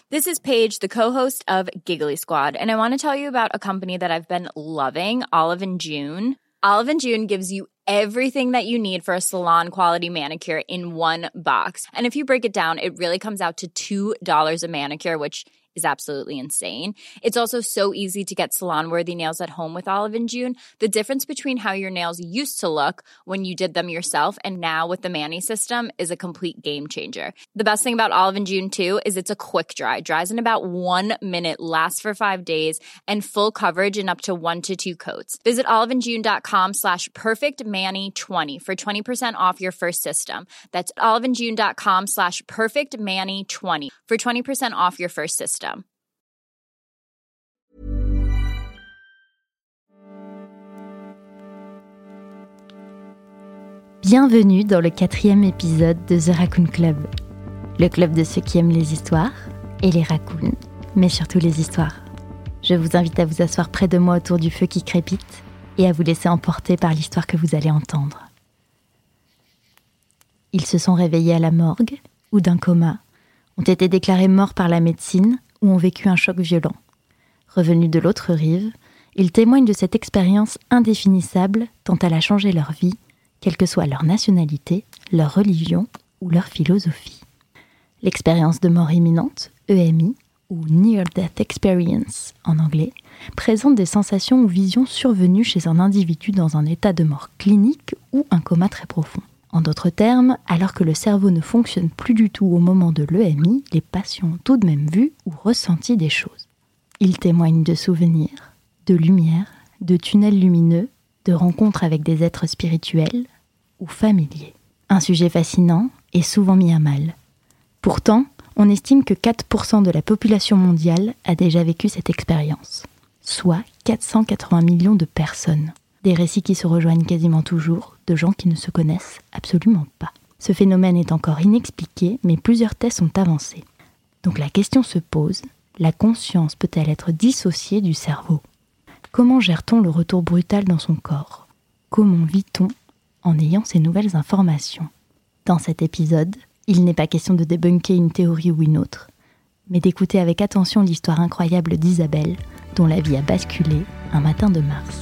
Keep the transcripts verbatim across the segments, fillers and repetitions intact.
This is Paige, the co-host of Giggly Squad, and I want to tell you about a company that I've been loving, Olive and June. Olive and June gives you everything that you need for a salon-quality manicure in one box. And if you break it down, it really comes out to two dollars a manicure, which is absolutely insane. It's also so easy to get salon-worthy nails at home with Olive and June. The difference between how your nails used to look when you did them yourself and now with the Mani system is a complete game changer. The best thing about Olive and June, too, is it's a quick dry. Dries in about one minute, lasts for five days, and full coverage in up to one to two coats. Visit oliveandjune.com slash perfectmani20 for twenty percent off your first system. That's oliveandjune.com slash perfectmani20 for twenty percent off your first system. Bienvenue dans le quatrième épisode de The Raccoon Club, le club de ceux qui aiment les histoires et les raccoons, mais surtout les histoires. Je vous invite à vous asseoir près de moi autour du feu qui crépite et à vous laisser emporter par l'histoire que vous allez entendre. Ils se sont réveillés à la morgue ou d'un coma, ont été déclarés morts par la médecine ou ont vécu un choc violent. Revenus de l'autre rive, ils témoignent de cette expérience indéfinissable tant elle a changé leur vie, quelle que soit leur nationalité, leur religion ou leur philosophie. L'expérience de mort imminente, E M I, ou Near Death Experience en anglais, présente des sensations ou visions survenues chez un individu dans un état de mort clinique ou un coma très profond. En d'autres termes, alors que le cerveau ne fonctionne plus du tout au moment de l'E M I, les patients ont tout de même vu ou ressenti des choses. Ils témoignent de souvenirs, de lumière, de tunnels lumineux, de rencontres avec des êtres spirituels ou familiers. Un sujet fascinant et souvent mis à mal. Pourtant, on estime que quatre pour cent de la population mondiale a déjà vécu cette expérience, soit quatre cent quatre-vingts millions de personnes. Des récits qui se rejoignent quasiment toujours, de gens qui ne se connaissent absolument pas. Ce phénomène est encore inexpliqué, mais plusieurs thèses sont avancées. Donc la question se pose, la conscience peut-elle être dissociée du cerveau ? Comment gère-t-on le retour brutal dans son corps ? Comment vit-on en ayant ces nouvelles informations ? Dans cet épisode, il n'est pas question de débunker une théorie ou une autre, mais d'écouter avec attention l'histoire incroyable d'Isabelle, dont la vie a basculé un matin de mars.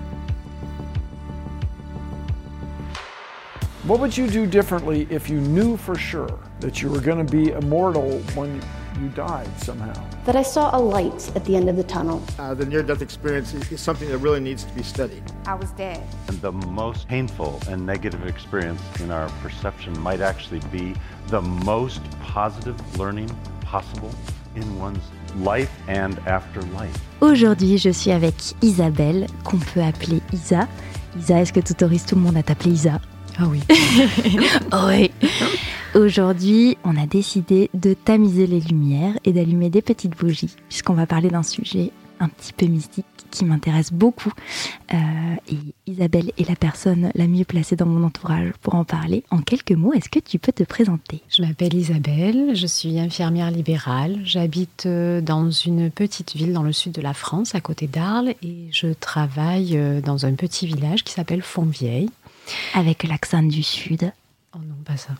What would you do differently if you knew for sure that you were going to be immortal when you died somehow? That I saw a light at the end of the tunnel. Uh, the near-death experience is, is something that really needs to be studied. I was dead. And the most painful and negative experience in our perception might actually be the most positive learning possible in one's life and after life. Aujourd'hui, je suis avec Isabelle, qu'on peut appeler Isa. Isa, est-ce que tu autorises tout le monde à t'appeler Isa ? Ah oui. Oh oui. Aujourd'hui, on a décidé de tamiser les lumières et d'allumer des petites bougies, puisqu'on va parler d'un sujet un petit peu mystique qui m'intéresse beaucoup. Euh, et Isabelle est la personne la mieux placée dans mon entourage pour en parler. En quelques mots, est-ce que tu peux te présenter ? Je m'appelle Isabelle, je suis infirmière libérale. J'habite dans une petite ville dans le sud de la France, à côté d'Arles, et je travaille dans un petit village qui s'appelle Fontvieille. Avec l'accent du sud. Oh non, pas ça.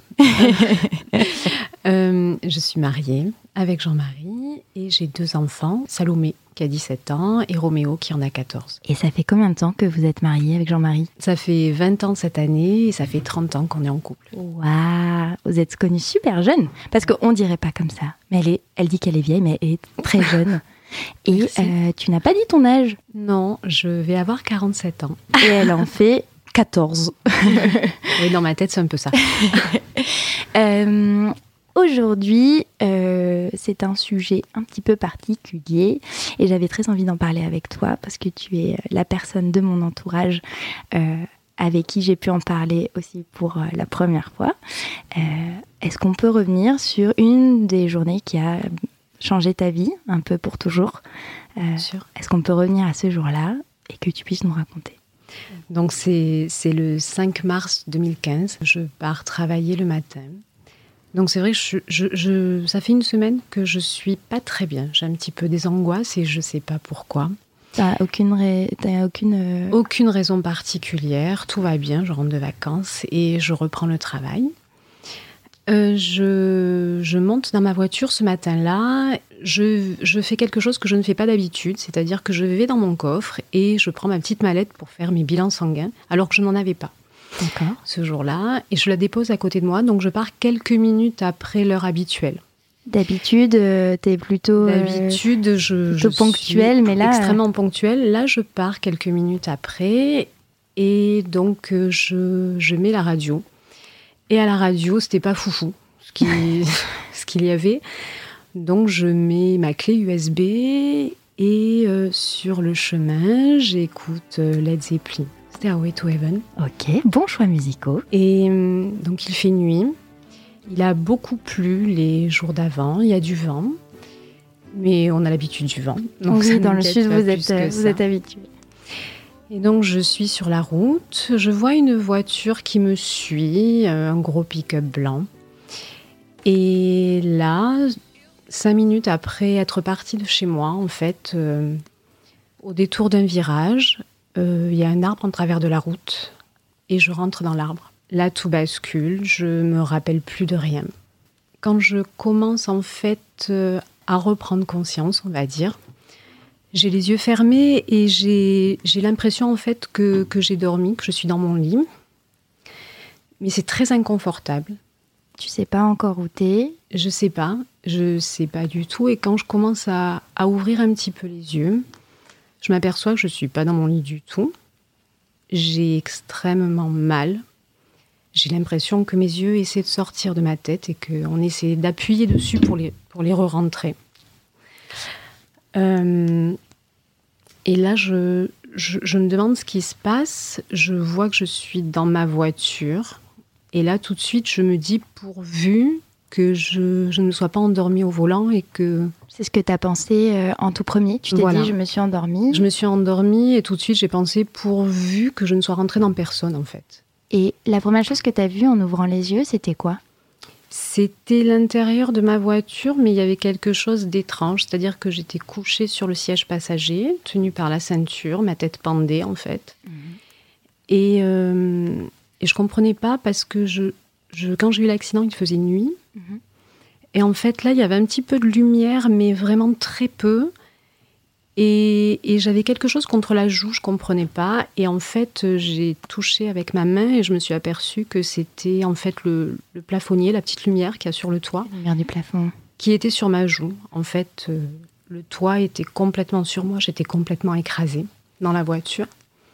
euh, je suis mariée avec Jean-Marie et j'ai deux enfants, Salomé qui a dix-sept ans et Roméo qui en a quatorze. Et ça fait combien de temps que vous êtes mariée avec Jean-Marie ? Ça fait vingt ans cette année et ça fait trente ans qu'on est en couple. Waouh, vous êtes connue super jeune, parce qu'on dirait pas comme ça. Mais elle, est, elle dit qu'elle est vieille, mais elle est très jeune. Et euh, tu n'as pas dit ton âge ? Non, je vais avoir quarante-sept ans. Et elle en fait quatorze. Oui, dans ma tête, c'est un peu ça. euh, aujourd'hui, euh, c'est un sujet un petit peu particulier et j'avais très envie d'en parler avec toi parce que tu es la personne de mon entourage euh, avec qui j'ai pu en parler aussi pour euh, la première fois. Euh, est-ce qu'on peut revenir sur une des journées qui a changé ta vie un peu pour toujours ? euh, Bien sûr. Est-ce qu'on peut revenir à ce jour-là et que tu puisses nous raconter ? Donc c'est, c'est le cinq mars deux mille quinze, je pars travailler le matin. Donc c'est vrai que je, je, je, ça fait une semaine que je suis pas très bien. J'ai un petit peu des angoisses et je sais pas pourquoi. T'as aucune, ra- t'as aucune... Euh... Aucune raison particulière, tout va bien, je rentre de vacances et je reprends le travail. Euh, je, je monte dans ma voiture ce matin-là. Je, je fais quelque chose que je ne fais pas d'habitude, c'est-à-dire que je vais dans mon coffre et je prends ma petite mallette pour faire mes bilans sanguins, alors que je n'en avais pas. D'accord. Ce jour-là, et je la dépose à côté de moi, donc je pars quelques minutes après l'heure habituelle. D'habitude, euh, t'es plutôt, D'habitude, euh, je, plutôt je ponctuelle, suis mais là, extrêmement ponctuelle. Là, je pars quelques minutes après, et donc euh, je, je mets la radio. Et à la radio, c'était pas foufou ce, qui, ce qu'il y avait. Donc, je mets ma clé U S B et euh, sur le chemin, j'écoute euh, Led Zeppelin. Stairway to Heaven. Ok, bons choix musicaux. Et euh, donc, il fait nuit. Il a beaucoup plu les jours d'avant. Il y a du vent. Mais on a l'habitude du vent. Donc oui, ça dans le n'inquiète sud, pas vous plus êtes, que vous ça. êtes habitués. Et donc, je suis sur la route. Je vois une voiture qui me suit, un gros pick-up blanc. Et là, cinq minutes après être partie de chez moi, en fait, euh, au détour d'un virage, euh, il y a un arbre en travers de la route et je rentre dans l'arbre. Là, tout bascule, je me rappelle plus de rien. Quand je commence, en fait, euh, à reprendre conscience, on va dire, j'ai les yeux fermés et j'ai, j'ai l'impression en fait que, que j'ai dormi, que je suis dans mon lit. Mais c'est très inconfortable. Tu sais pas encore où t'es. Je sais pas, je sais pas du tout. Et quand je commence à, à ouvrir un petit peu les yeux, je m'aperçois que je suis pas dans mon lit du tout. J'ai extrêmement mal. J'ai l'impression que mes yeux essaient de sortir de ma tête et qu'on essaie d'appuyer dessus pour les, pour les re-rentrer. Euh, et là, je, je, je me demande ce qui se passe. Je vois que je suis dans ma voiture. Et là, tout de suite, je me dis, pourvu que je, je ne sois pas endormie au volant et que... C'est ce que t'as pensé euh, en tout premier. Tu t'es Voilà. dit, je me suis endormie. Je me suis endormie et tout de suite, j'ai pensé, pourvu que je ne sois rentrée dans personne, en fait. Et la première chose que t'as vue en ouvrant les yeux, c'était quoi ? C'était l'intérieur de ma voiture, mais il y avait quelque chose d'étrange. C'est-à-dire que j'étais couchée sur le siège passager, tenue par la ceinture, ma tête pendait, en fait. Mmh. Et, euh, et je ne comprenais pas parce que je, je, quand j'ai eu l'accident, il faisait nuit. Mmh. Et en fait, là, il y avait un petit peu de lumière, mais vraiment très peu. Et, et j'avais quelque chose contre la joue, je ne comprenais pas. Et en fait, j'ai touché avec ma main et je me suis aperçue que c'était en fait le, le plafonnier, la petite lumière qu'il y a sur le toit. La lumière du plafond. Qui était sur ma joue. En fait, euh, le toit était complètement sur moi. J'étais complètement écrasée dans la voiture.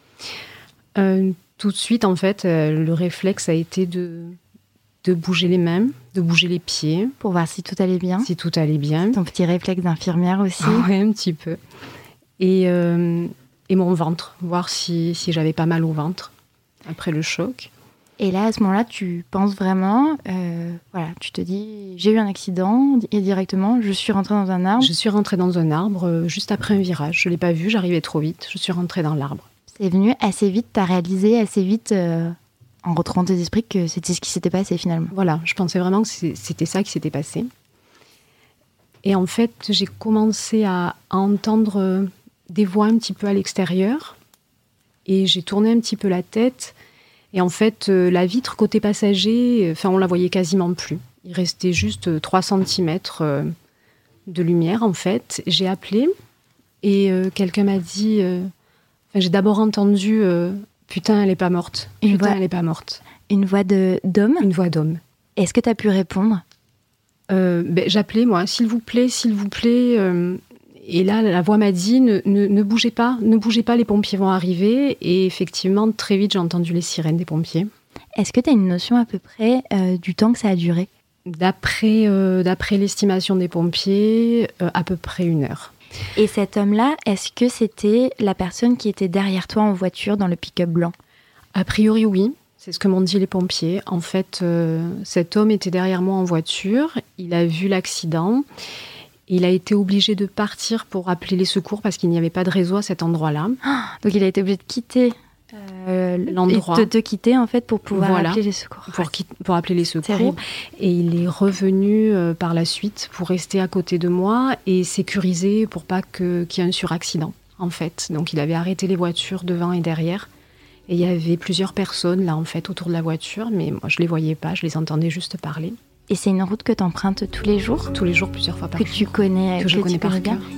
Euh, tout de suite, en fait, euh, le réflexe a été de, de bouger les mains, de bouger les pieds. Pour voir si tout allait bien. Si tout allait bien. Ton petit réflexe d'infirmière aussi. Ah ouais, un petit peu. Et, euh, et mon ventre, voir si, si j'avais pas mal au ventre après le choc. Et là, à ce moment-là, tu penses vraiment, euh, voilà, tu te dis, j'ai eu un accident et directement, je suis rentrée dans un arbre. Je suis rentrée dans un arbre euh, juste après un virage. Je l'ai pas vu, j'arrivais trop vite. Je suis rentrée dans l'arbre. C'est venu assez vite, t'as réalisé assez vite, euh, en retrouvant tes esprits, que c'était ce qui s'était passé finalement. Voilà, je pensais vraiment que c'était ça qui s'était passé. Et en fait, j'ai commencé à, à entendre... Euh, des voix un petit peu à l'extérieur et j'ai tourné un petit peu la tête et en fait euh, la vitre côté passager, enfin on la voyait quasiment plus, il restait juste trois centimètres euh, de lumière en fait. J'ai appelé et euh, quelqu'un m'a dit euh, enfin, j'ai d'abord entendu euh, putain elle est pas morte, une putain voix, elle est pas morte. Une voix de, d'homme Une voix d'homme. Est-ce que tu as pu répondre? euh, ben, J'appelais moi, s'il vous plaît, s'il vous plaît euh, Et là, la voix m'a dit, ne, ne, ne bougez pas, ne bougez pas, les pompiers vont arriver. Et effectivement, très vite, j'ai entendu les sirènes des pompiers. Est-ce que tu as une notion à peu près euh, du temps que ça a duré? D'après, euh, d'après l'estimation des pompiers, euh, à peu près une heure. Et cet homme-là, est-ce que c'était la personne qui était derrière toi en voiture dans le pick-up blanc? A priori, oui. C'est ce que m'ont dit les pompiers. En fait, euh, cet homme était derrière moi en voiture. Il a vu l'accident. Il a été obligé de partir pour appeler les secours parce qu'il n'y avait pas de réseau à cet endroit-là. Donc il a été obligé de quitter euh, l'endroit. De te quitter en fait pour pouvoir voilà, appeler les secours. Pour, pour appeler les secours. Terrible. Et il est revenu euh, par la suite pour rester à côté de moi et sécuriser pour pas que, qu'il y ait un suraccident en fait. Donc il avait arrêté les voitures devant et derrière. Et il y avait plusieurs personnes là en fait autour de la voiture, mais moi je les voyais pas, je les entendais juste parler. Et c'est une route que tu empruntes tous les jours ? Tous les jours, plusieurs fois par que jour. Tu connais, que, que je tu connais par bien. cœur.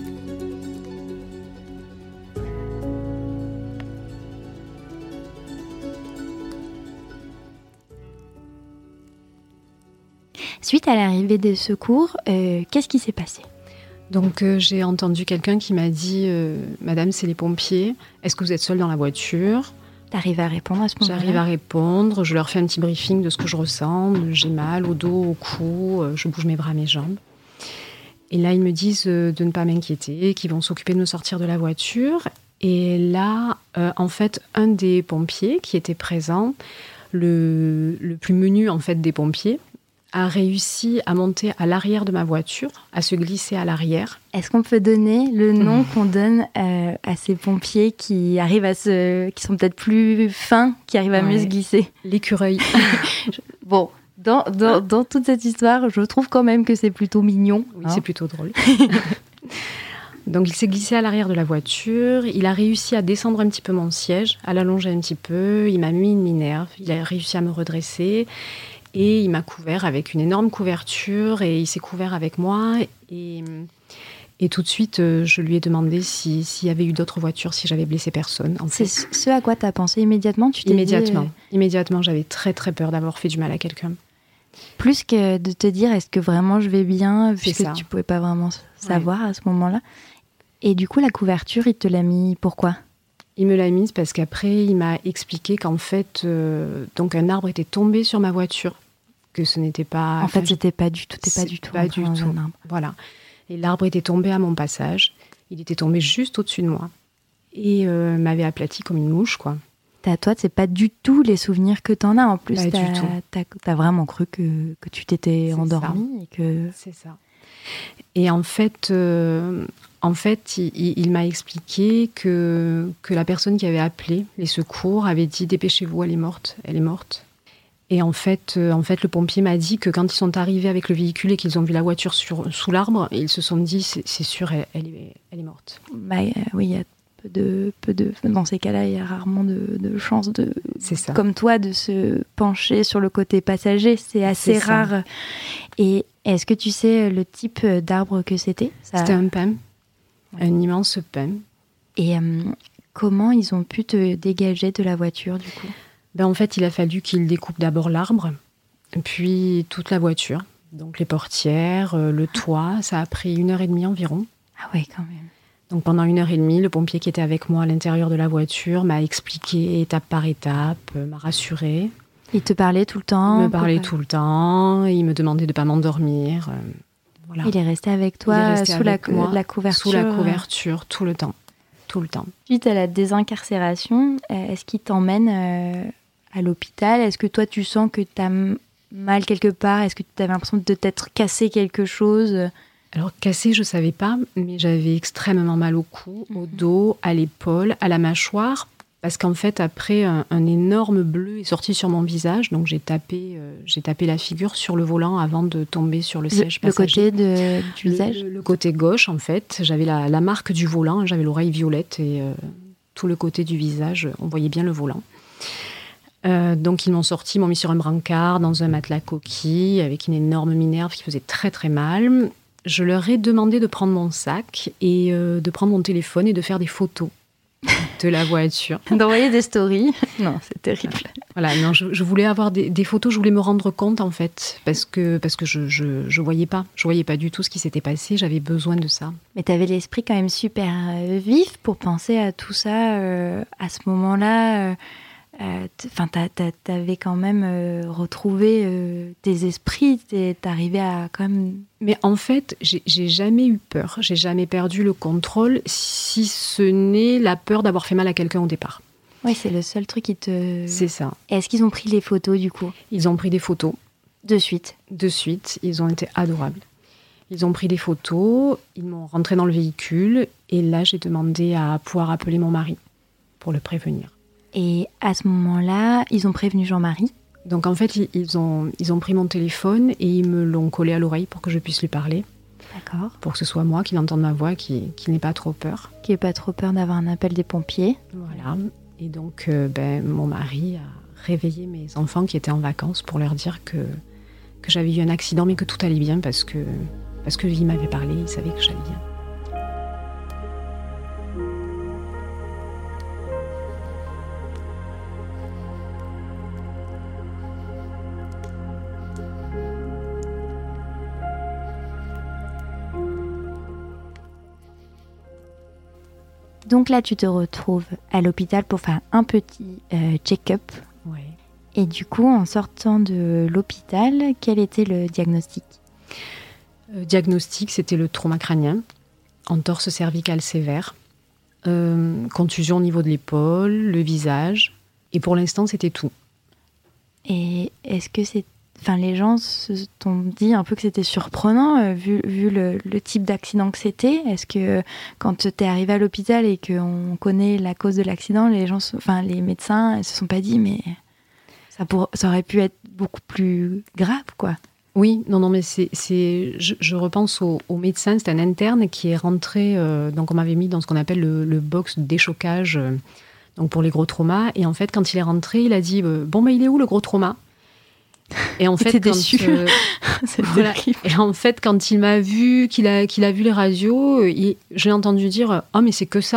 Suite à l'arrivée des secours, euh, qu'est-ce qui s'est passé ? Donc euh, j'ai entendu quelqu'un qui m'a dit euh, « Madame, c'est les pompiers. Est-ce que vous êtes seule dans la voiture ?» T'arrives à répondre à ce moment-là ? J'arrive à répondre. Je leur fais un petit briefing de ce que je ressens. J'ai mal au dos, au cou. euh, Je bouge mes bras, mes jambes. Et là, ils me disent euh, de ne pas m'inquiéter, qu'ils vont s'occuper de me sortir de la voiture. Et là, euh, en fait, un des pompiers qui était présent, le, le plus menu en fait des pompiers, a réussi à monter à l'arrière de ma voiture, à se glisser à l'arrière. Est-ce qu'on peut donner le nom mmh. qu'on donne euh, à ces pompiers qui arrivent à se, qui sont peut-être plus fins, qui arrivent à ouais. mieux se glisser ? L'écureuil. Bon, dans, dans, dans toute cette histoire, je trouve quand même que c'est plutôt mignon. Oui, hein. C'est plutôt drôle. Donc, il s'est glissé à l'arrière de la voiture. Il a réussi à descendre un petit peu mon siège, à l'allonger un petit peu. Il m'a mis une minerve. Il a réussi à me redresser. Et il m'a couvert avec une énorme couverture et il s'est couvert avec moi. Et, et tout de suite, je lui ai demandé si, s'il y avait eu d'autres voitures, si j'avais blessé personne. En C'est fait. ce à quoi tu as pensé immédiatement tu t'es Immédiatement. Dit, euh... Immédiatement, j'avais très très peur d'avoir fait du mal à quelqu'un. Plus que de te dire est-ce que vraiment je vais bien, C'est puisque ça. tu ne pouvais pas vraiment savoir ouais. à ce moment-là. Et du coup, la couverture, il te l'a mis pourquoi ? Il me l'a mise parce qu'après, il m'a expliqué qu'en fait, euh, donc un arbre était tombé sur ma voiture. Que ce n'était pas... En fait, c'était pas du tout, t'es pas du tout. Pas du tout. Voilà. Et l'arbre était tombé à mon passage. Il était tombé juste au-dessus de moi. Et euh, m'avait aplati comme une mouche, quoi. T'as, toi, c'est pas du tout les souvenirs que t'en as. En plus, pas t'as, du tout. T'as, t'as vraiment cru que, que tu t'étais c'est endormie. Ça. Et que... C'est ça. Et en fait, euh, en fait il, il m'a expliqué que, que la personne qui avait appelé les secours avait dit « Dépêchez-vous, elle est morte, elle est morte ». Et en fait, euh, en fait, le pompier m'a dit que quand ils sont arrivés avec le véhicule et qu'ils ont vu la voiture sur, sous l'arbre, ils se sont dit c'est, c'est sûr, elle, elle, est, elle est morte. Bah, euh, oui, il y a peu de, peu de, dans ces cas-là, il y a rarement de, de chance de, c'est ça. Comme toi, de se pencher sur le côté passager. C'est assez c'est rare. Ça. Et est-ce que tu sais le type d'arbre que c'était ? Ça... C'était un pin, ouais. Un immense pin. Et euh, comment ils ont pu te dégager de la voiture du coup ? Ben en fait, il a fallu qu'il découpe d'abord l'arbre, puis toute la voiture. Donc les portières, euh, le toit, ça a pris une heure et demie environ. Ah ouais, quand même. Donc pendant une heure et demie, le pompier qui était avec moi à l'intérieur de la voiture m'a expliqué étape par étape, euh, m'a rassuré. Il te parlait tout le temps ? Il me parlait tout le temps, il me demandait de ne pas m'endormir. Euh, voilà. Il est resté avec toi il est resté sous avec la, moi, la couverture Sous la couverture, tout le temps. Tout le temps. Suite à la désincarcération, est-ce qu'il t'emmène euh, à l'hôpital ? Est-ce que toi, tu sens que tu as mal quelque part ? Est-ce que tu avais l'impression de t'être cassé quelque chose ? Alors, cassé, je ne savais pas, mais j'avais extrêmement mal au cou, au dos, à l'épaule, à la mâchoire. Parce qu'en fait, après, un, un énorme bleu est sorti sur mon visage. Donc, j'ai tapé, euh, j'ai tapé la figure sur le volant avant de tomber sur le siège le, passager. Le côté de, du visage le, le côté gauche, en fait. J'avais la, la marque du volant. J'avais l'oreille violette et euh, tout le côté du visage. On voyait bien le volant. Euh, donc, ils m'ont sorti, ils m'ont mis sur un brancard, dans un matelas coquille, avec une énorme minerve qui faisait très, très mal. Je leur ai demandé de prendre mon sac et euh, de prendre mon téléphone et de faire des photos de la voiture. D'envoyer des stories. Non, c'est terrible. Voilà, non, je, je voulais avoir des, des photos, je voulais me rendre compte, en fait, parce que, parce que je, je, je voyais pas. Je voyais pas du tout ce qui s'était passé, j'avais besoin de ça. Mais tu avais l'esprit quand même super euh, vif pour penser à tout ça euh, à ce moment-là. Euh, Enfin, euh, t'avais quand même euh, retrouvé euh, tes esprits, t'arrivais à quand même... Mais en fait, j'ai, j'ai jamais eu peur, j'ai jamais perdu le contrôle, si ce n'est la peur d'avoir fait mal à quelqu'un au départ. Oui, c'est le seul truc qui te... C'est ça. Et est-ce qu'ils ont pris les photos, du coup ? Ils ont pris des photos. De suite ? De suite, ils ont été adorables. Ils ont pris des photos, ils m'ont rentré dans le véhicule, et là, j'ai demandé à pouvoir appeler mon mari pour le prévenir. Et à ce moment-là, ils ont prévenu Jean-Marie. Donc en fait, ils ont, ils ont pris mon téléphone et ils me l'ont collé à l'oreille pour que je puisse lui parler. D'accord. Pour que ce soit moi qui l'entende ma voix, qui, qui n'ait pas trop peur. Qui n'ait pas trop peur d'avoir un appel des pompiers. Voilà. Et donc, euh, ben, mon mari a réveillé mes enfants qui étaient en vacances pour leur dire que, que j'avais eu un accident, mais que tout allait bien parce que parce qu'il m'avait parlé, il savait que j'allais bien. Donc là, tu te retrouves à l'hôpital pour faire un petit euh, check-up. Ouais. Et du coup, en sortant de l'hôpital, quel était le diagnostic ? euh, Diagnostic, c'était le trauma crânien, entorse cervicale sévère, euh, contusion au niveau de l'épaule, le visage. Et pour l'instant, c'était tout. Et est-ce que c'est... Enfin, les gens se t'ont dit un peu que c'était surprenant, euh, vu, vu le, le type d'accident que c'était. Est-ce que quand tu es arrivé à l'hôpital et qu'on connaît la cause de l'accident, les gens, se, enfin, les médecins ne se sont pas dit, mais ça, pour, ça aurait pu être beaucoup plus grave, quoi. Oui, non, non, mais c'est, c'est, je, je repense au, au médecin, c'est un interne qui est rentré, euh, donc on m'avait mis dans ce qu'on appelle le, le box de déchocage, euh, donc pour les gros traumas. Et en fait, quand il est rentré, il a dit, euh, bon, ben il est où le gros trauma ? Et en fait, T'es quand, déçu. Euh, voilà. Et en fait, quand il m'a vu, qu'il a, qu'il a vu les radios, il, je l'ai entendu dire « Oh, mais c'est que ça ?»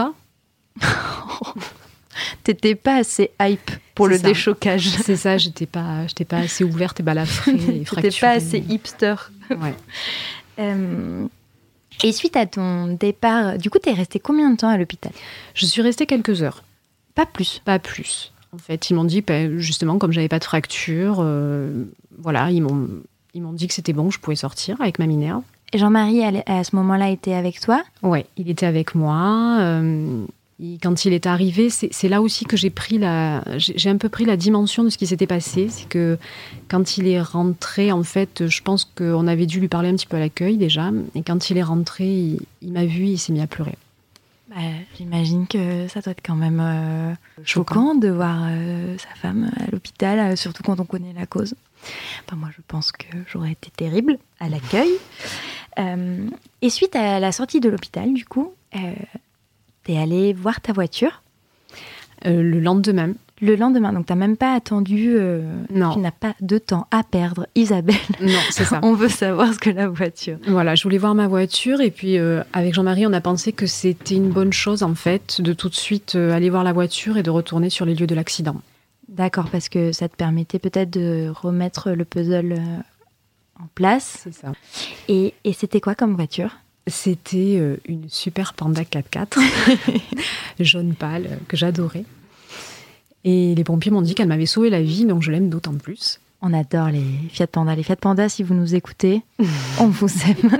T'étais pas assez hype pour c'est le ça. déchocage. C'est ça, j'étais pas, j'étais pas assez ouverte et balafrée et fracturée. T'étais pas assez hipster. Ouais. euh, et suite à ton départ, du coup, t'es restée combien de temps à l'hôpital ? Je suis restée quelques heures. Pas plus. Pas plus. En fait, ils m'ont dit, ben, justement, comme j'avais pas de fracture, euh, voilà, ils m'ont, ils m'ont dit que c'était bon, je pouvais sortir avec ma Minerve. Et Jean-Marie, à ce moment-là, était avec toi ? Ouais, il était avec moi. Euh, il, quand il est arrivé, c'est, c'est là aussi que j'ai pris la, j'ai, j'ai un peu pris la dimension de ce qui s'était passé. C'est que quand il est rentré, en fait, je pense qu'on avait dû lui parler un petit peu à l'accueil déjà. Et quand il est rentré, il, il m'a vu, il s'est mis à pleurer. Bah, j'imagine que ça doit être quand même euh, choquant de voir euh, sa femme à l'hôpital, euh, surtout quand on connaît la cause. Enfin, moi, je pense que j'aurais été terrible à l'accueil. Euh, et suite à la sortie de l'hôpital, du coup, euh, t'es allée voir ta voiture euh, le lendemain. Le lendemain, donc t'as même pas attendu. Euh, non. Tu n'as pas de temps à perdre, Isabelle. Non, c'est ça. On veut savoir ce que la voiture. Voilà, je voulais voir ma voiture et puis euh, avec Jean-Marie, on a pensé que c'était une bonne chose en fait de tout de suite euh, aller voir la voiture et de retourner sur les lieux de l'accident. D'accord, parce que ça te permettait peut-être de remettre le puzzle euh, en place. C'est ça. Et, et c'était quoi comme voiture ? C'était euh, une super Panda quatre-quatre jaune pâle euh, que j'adorais. Et les pompiers m'ont dit qu'elle m'avait sauvé la vie, donc je l'aime d'autant plus. On adore les Fiat Panda. Les Fiat Panda, si vous nous écoutez, on vous aime.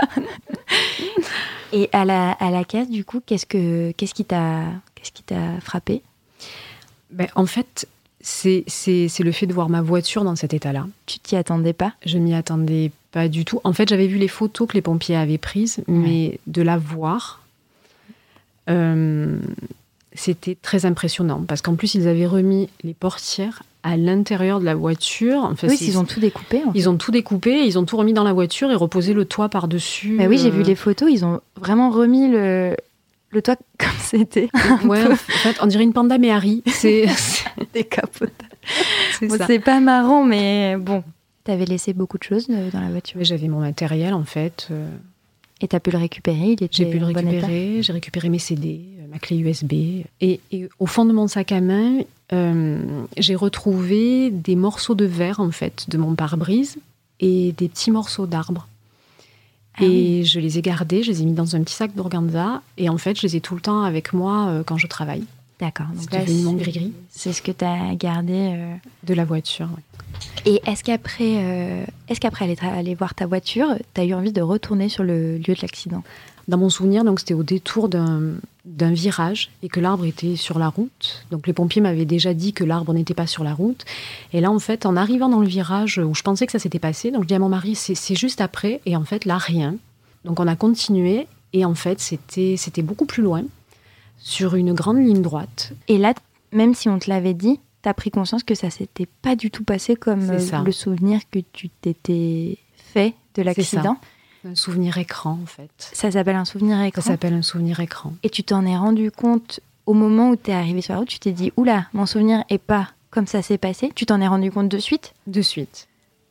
Et à la, à la caisse, du coup, qu'est-ce, que, qu'est-ce, qui, t'a, qu'est-ce qui t'a frappé ? Ben, en fait, c'est, c'est, c'est le fait de voir ma voiture dans cet état-là. Tu t'y attendais pas ? Je m'y attendais pas du tout. En fait, j'avais vu les photos que les pompiers avaient prises, mais ouais. de la voir... Euh, c'était très impressionnant parce qu'en plus ils avaient remis les portières à l'intérieur de la voiture. Enfin, oui, ils ont tout découpé. En fait. Ils ont tout découpé, ils ont tout remis dans la voiture et reposé le toit par-dessus. Bah oui, j'ai euh... vu les photos, ils ont vraiment remis le, le toit comme c'était. Ouais, en fait, on dirait une Panda Méhari. C'est, c'est... décapotable. C'est bon, ça. C'est pas marrant, mais bon. T'avais laissé beaucoup de choses dans la voiture. Mais j'avais mon matériel en fait. Et t'as pu le récupérer, il était J'ai pu le en bon récupérer, état. J'ai récupéré mes C D, ma clé U S B. Et, et au fond de mon sac à main, euh, j'ai retrouvé des morceaux de verre, en fait, de mon pare-brise et des petits morceaux d'arbres. Ah et oui. Je les ai gardés, je les ai mis dans un petit sac d'organza. Et en fait, je les ai tout le temps avec moi euh, quand je travaille. D'accord. Donc c'est devenu mon gris-gris. C'est ce que tu as gardé euh... de la voiture, oui. Et est-ce qu'après, euh, est-ce qu'après aller, tra- aller voir ta voiture, tu as eu envie de retourner sur le lieu de l'accident ? Dans mon souvenir, donc, c'était au détour d'un, d'un virage et que l'arbre était sur la route. Donc les pompiers m'avaient déjà dit que l'arbre n'était pas sur la route. Et là, en fait, en arrivant dans le virage où je pensais que ça s'était passé, donc je dis à mon mari, c'est, c'est juste après. Et en fait, là, rien. Donc on a continué et en fait, c'était, c'était beaucoup plus loin, sur une grande ligne droite. Et là, même si on te l'avait dit, t'as pris conscience que ça s'était pas du tout passé comme le souvenir que tu t'étais fait de l'accident. C'est ça. Un souvenir écran, en fait. Ça s'appelle un souvenir écran. Ça s'appelle un souvenir écran. Et tu t'en es rendu compte au moment où t'es arrivé sur la route, tu t'es dit, oula, mon souvenir est pas comme ça s'est passé. Tu t'en es rendu compte de suite ? De suite.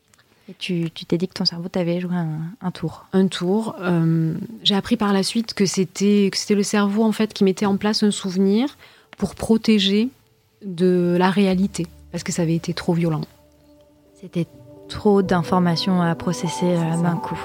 Et tu, tu t'es dit que ton cerveau t'avait joué un, un tour. Un tour. Euh, j'ai appris par la suite que c'était, que c'était le cerveau en fait qui mettait en place un souvenir pour protéger de la réalité, parce que ça avait été trop violent. C'était trop d'informations à processer euh, d'un coup.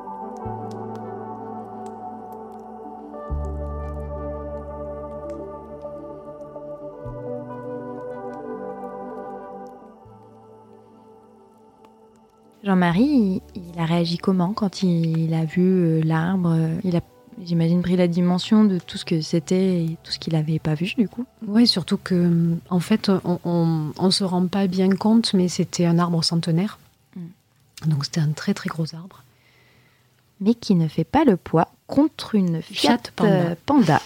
Jean-Marie, il, il a réagi comment quand il, il a vu euh, l'arbre? Il a, j'imagine, pris la dimension de tout ce que c'était et tout ce qu'il n'avait pas vu, du coup. Oui, surtout que, en fait, on ne se rend pas bien compte, mais c'était un arbre centenaire. Mm. Donc, c'était un très, très gros arbre. Mais qui ne fait pas le poids contre une Fiat, Fiat Panda. Euh, Panda.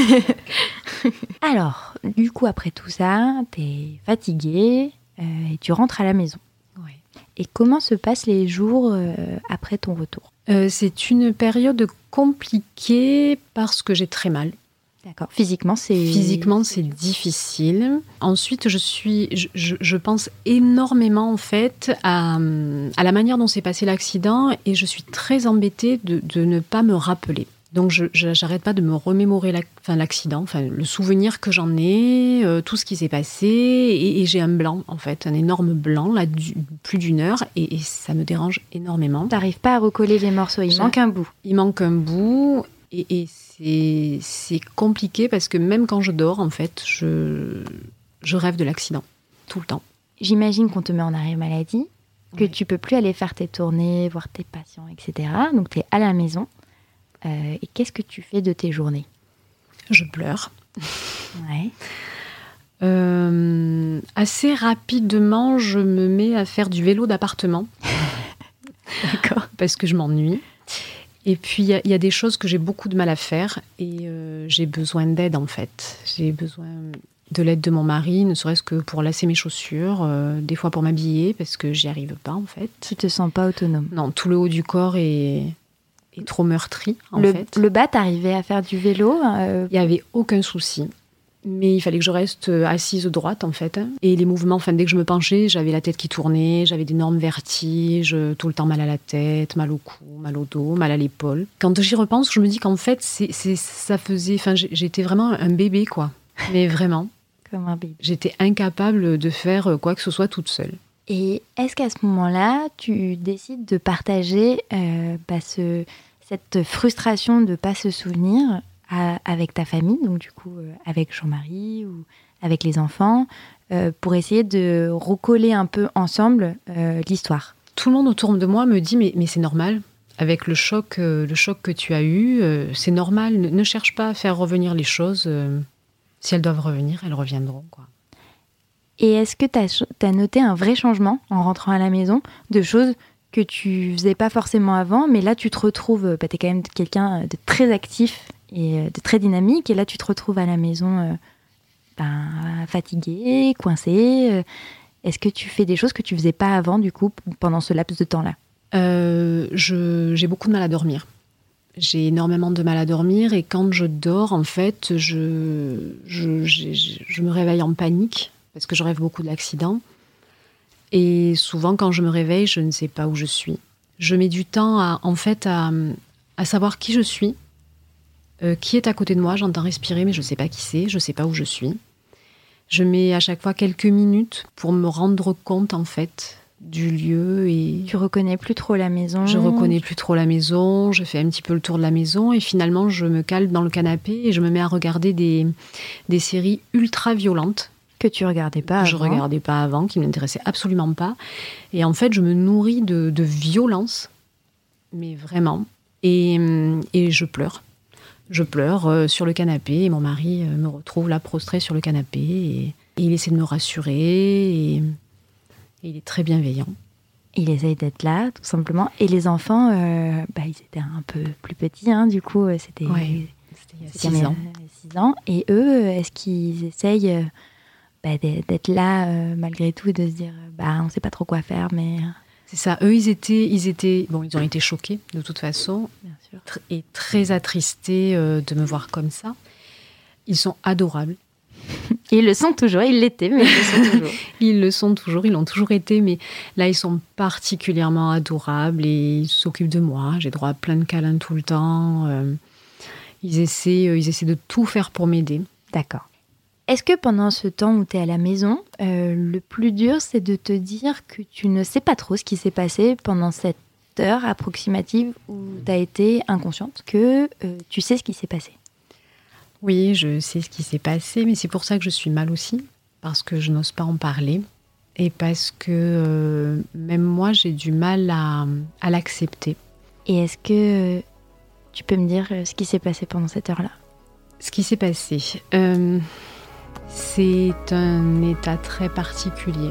Alors, du coup, après tout ça, t'es fatiguée euh, et tu rentres à la maison. Et comment se passent les jours euh, après ton retour? euh, C'est une période compliquée parce que j'ai très mal. D'accord. Physiquement, c'est... Physiquement, c'est difficile. Ensuite, je suis, je, je, je pense énormément en fait à, à la manière dont s'est passé l'accident et je suis très embêtée de, de ne pas me rappeler. Donc, je, je j'arrête pas de me remémorer la, enfin, l'accident, enfin, le souvenir que j'en ai, euh, tout ce qui s'est passé, et, et j'ai un blanc, en fait, un énorme blanc, là, du, plus d'une heure, et, et ça me dérange énormément. T'arrives pas à recoller les morceaux, il je, manque un bout. Il manque un bout, et, et c'est, c'est compliqué, parce que même quand je dors, en fait, je, je rêve de l'accident, tout le temps. J'imagine qu'on te met en arrêt maladie, que oui. Tu peux plus aller faire tes tournées, voir tes patients, et cetera. Donc, t'es à la maison. Euh, et qu'est-ce que tu fais de tes journées? Je pleure. Ouais. Euh, assez rapidement, je me mets à faire du vélo d'appartement. D'accord. Parce que je m'ennuie. Et puis, il y, y a des choses que j'ai beaucoup de mal à faire et euh, j'ai besoin d'aide, en fait. J'ai besoin de l'aide de mon mari, ne serait-ce que pour lasser mes chaussures, euh, des fois pour m'habiller, parce que j'y arrive pas, en fait. Tu te sens pas autonome? Non, tout le haut du corps est... est trop meurtri, en le, fait. Le bas, t'arrivais à faire du vélo euh... Il n'y avait aucun souci. Mais il fallait que je reste assise droite, en fait. Et les mouvements, enfin, dès que je me penchais, j'avais la tête qui tournait, j'avais d'énormes vertiges, tout le temps mal à la tête, mal au cou, mal au dos, mal à l'épaule. Quand j'y repense, je me dis qu'en fait, c'est, c'est, ça faisait... Enfin, j'étais vraiment un bébé, quoi. Mais vraiment. Comme un bébé. J'étais incapable de faire quoi que ce soit toute seule. Et est-ce qu'à ce moment-là, tu décides de partager euh, bah, ce, cette frustration de ne pas se souvenir à, avec ta famille, donc du coup euh, avec Jean-Marie ou avec les enfants, euh, pour essayer de recoller un peu ensemble euh, l'histoire? Tout le monde autour de moi me dit mais, mais c'est normal, avec le choc, euh, le choc que tu as eu, euh, c'est normal, ne, ne cherche pas à faire revenir les choses, euh, si elles doivent revenir, elles reviendront, quoi. Et est-ce que tu as noté un vrai changement en rentrant à la maison, de choses que tu faisais pas forcément avant, mais là tu te retrouves, bah, tu es quand même quelqu'un de très actif et de très dynamique, et là tu te retrouves à la maison euh, ben, fatigué, coincé. Est-ce que tu fais des choses que tu faisais pas avant, du coup, pendant ce laps de temps-là? euh, je, J'ai beaucoup de mal à dormir. J'ai énormément de mal à dormir, et quand je dors, en fait, je, je, je, je me réveille en panique, parce que je rêve beaucoup de l'accident. Et souvent, quand je me réveille, je ne sais pas où je suis. Je mets du temps, à, en fait, à, à savoir qui je suis, euh, qui est à côté de moi. J'entends respirer, mais je ne sais pas qui c'est, je ne sais pas où je suis. Je mets à chaque fois quelques minutes pour me rendre compte, en fait, du lieu. Et tu reconnais plus trop la maison? Je reconnais plus trop la maison, je fais un petit peu le tour de la maison, et finalement, je me cale dans le canapé et je me mets à regarder des, des séries ultra violentes. Que tu regardais pas avant. Je regardais pas avant, qui ne m'intéressait absolument pas. Et en fait, je me nourris de, de violence, mais vraiment. Et, et je pleure. Je pleure euh, sur le canapé, et mon mari euh, me retrouve là, prostré sur le canapé, et, et il essaie de me rassurer, et, et il est très bienveillant. Il essaye d'être là, tout simplement. Et les enfants, euh, bah, ils étaient un peu plus petits, hein, du coup, c'était, ouais, c'était il y a c'était six ans. six ans. Et eux, est-ce qu'ils essayent... Euh, Bah, d'être là euh, malgré tout, de se dire bah on sait pas trop quoi faire, mais c'est ça. Eux ils étaient ils étaient bon ils ont été choqués de toute façon, bien sûr, tr- et très attristés euh, de me voir comme ça. Ils sont adorables. Ils le sont toujours, ils l'étaient, mais ils le sont toujours. Ils le sont toujours, ils l'ont toujours été, mais là, ils sont particulièrement adorables et ils s'occupent de moi. J'ai droit à plein de câlins tout le temps. Euh, ils, essaient, euh, ils essaient de tout faire pour m'aider. D'accord. Est-ce que pendant ce temps où tu es à la maison, euh, le plus dur, c'est de te dire que tu ne sais pas trop ce qui s'est passé pendant cette heure approximative où tu as été inconsciente, que euh, tu sais ce qui s'est passé? Oui, je sais ce qui s'est passé, mais c'est pour ça que je suis mal aussi, parce que je n'ose pas en parler et parce que euh, même moi, j'ai du mal à, à l'accepter. Et est-ce que euh, tu peux me dire ce qui s'est passé pendant cette heure-là? Ce qui s'est passé, euh, c'est un état très particulier.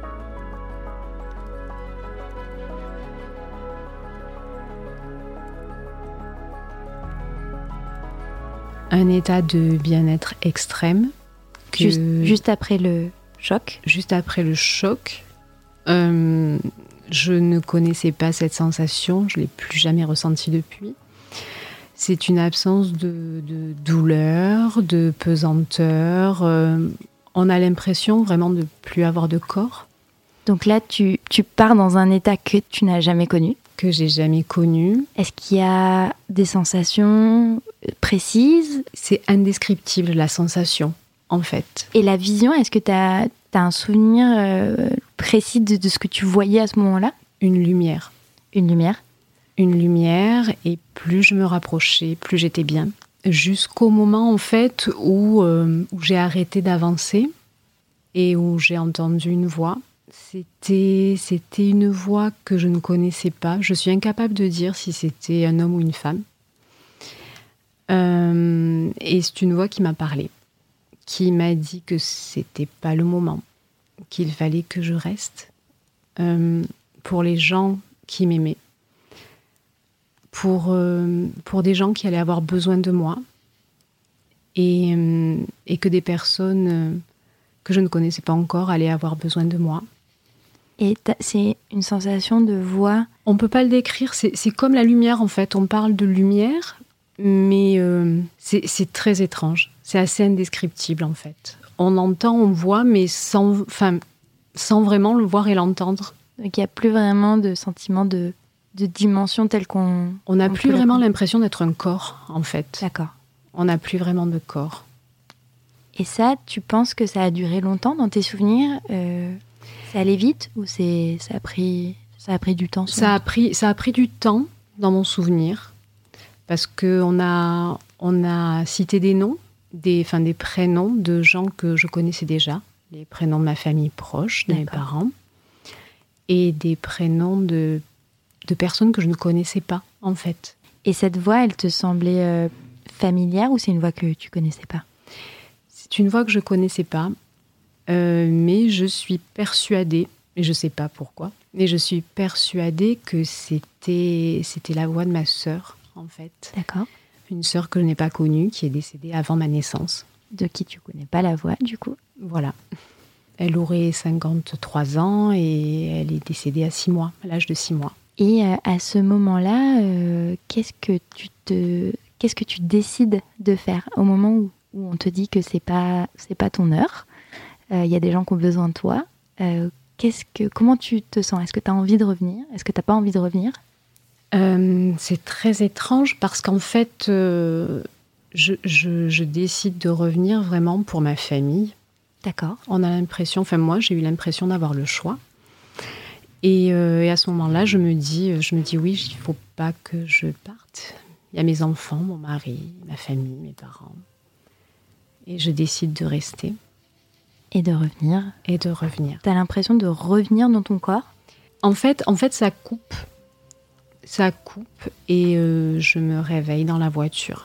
Un état de bien-être extrême. Que juste, juste après le choc Juste après le choc. Euh, je ne connaissais pas cette sensation, je ne l'ai plus jamais ressentie depuis. C'est une absence de, de douleur, de pesanteur. Euh, on a l'impression vraiment de ne plus avoir de corps. Donc là, tu, tu pars dans un état que tu n'as jamais connu. Que j'ai jamais connu. Est-ce qu'il y a des sensations précises? C'est indescriptible, la sensation, en fait. Et la vision, est-ce que tu as un souvenir euh, précis de, de ce que tu voyais à ce moment-là? Une lumière. Une lumière? Une lumière, et plus je me rapprochais, plus j'étais bien. Jusqu'au moment, en fait, où, euh, où j'ai arrêté d'avancer et où j'ai entendu une voix. C'était, c'était une voix que je ne connaissais pas. Je suis incapable de dire si c'était un homme ou une femme. Euh, et c'est une voix qui m'a parlé, qui m'a dit que c'était pas le moment, qu'il fallait que je reste euh, pour les gens qui m'aimaient, pour, euh, pour des gens qui allaient avoir besoin de moi, et, euh, et que des personnes euh, que je ne connaissais pas encore allaient avoir besoin de moi. Et c'est une sensation de voix. On ne peut pas le décrire, c'est, c'est comme la lumière en fait. On parle de lumière, mais euh, c'est, c'est très étrange. C'est assez indescriptible en fait. On entend, on voit, mais sans, enfin, sans vraiment le voir et l'entendre. Donc il n'y a plus vraiment de sentiment de, de dimension telle qu'on... On n'a plus vraiment l'impression d'être un corps en fait. D'accord. On n'a plus vraiment de corps. Et ça, tu penses que ça a duré longtemps dans tes souvenirs euh... C'est allé vite ou c'est, ça, a pris, ça a pris du temps? Ça a pris, ça a pris du temps dans mon souvenir parce qu'on a, on a cité des noms, des, enfin, des prénoms de gens que je connaissais déjà, les prénoms de ma famille proche, de D'accord. mes parents, et des prénoms de, de personnes que je ne connaissais pas en fait. Et cette voix, elle te semblait euh, familière ou c'est une voix que tu connaissais pas? C'est une voix que je connaissais pas. Euh, mais je suis persuadée, et je ne sais pas pourquoi, mais je suis persuadée que c'était, c'était la voix de ma sœur, en fait. D'accord. Une sœur que je n'ai pas connue, qui est décédée avant ma naissance. De qui tu ne connais pas la voix, du coup. Voilà. Elle aurait cinquante-trois ans et elle est décédée à six mois, à l'âge de six mois. Et euh, à ce moment-là, euh, qu'est-ce que tu te, qu'est-ce que tu décides de faire au moment où, où on te dit que ce n'est pas, c'est pas ton heure? Il euh, y a des gens qui ont besoin de toi. Euh, qu'est-ce que, comment tu te sens? Est-ce que tu as envie de revenir? Est-ce que tu n'as pas envie de revenir? euh, C'est très étrange parce qu'en fait, euh, je, je, je décide de revenir vraiment pour ma famille. D'accord. On a l'impression, enfin moi, j'ai eu l'impression d'avoir le choix. Et, euh, et à ce moment-là, je me dis, je me dis oui, il ne faut pas que je parte. Il y a mes enfants, mon mari, ma famille, mes parents. Et je décide de rester. Et de revenir. Et de revenir. T'as l'impression de revenir dans ton corps? En fait, en fait, ça coupe. Ça coupe et euh, je me réveille dans la voiture.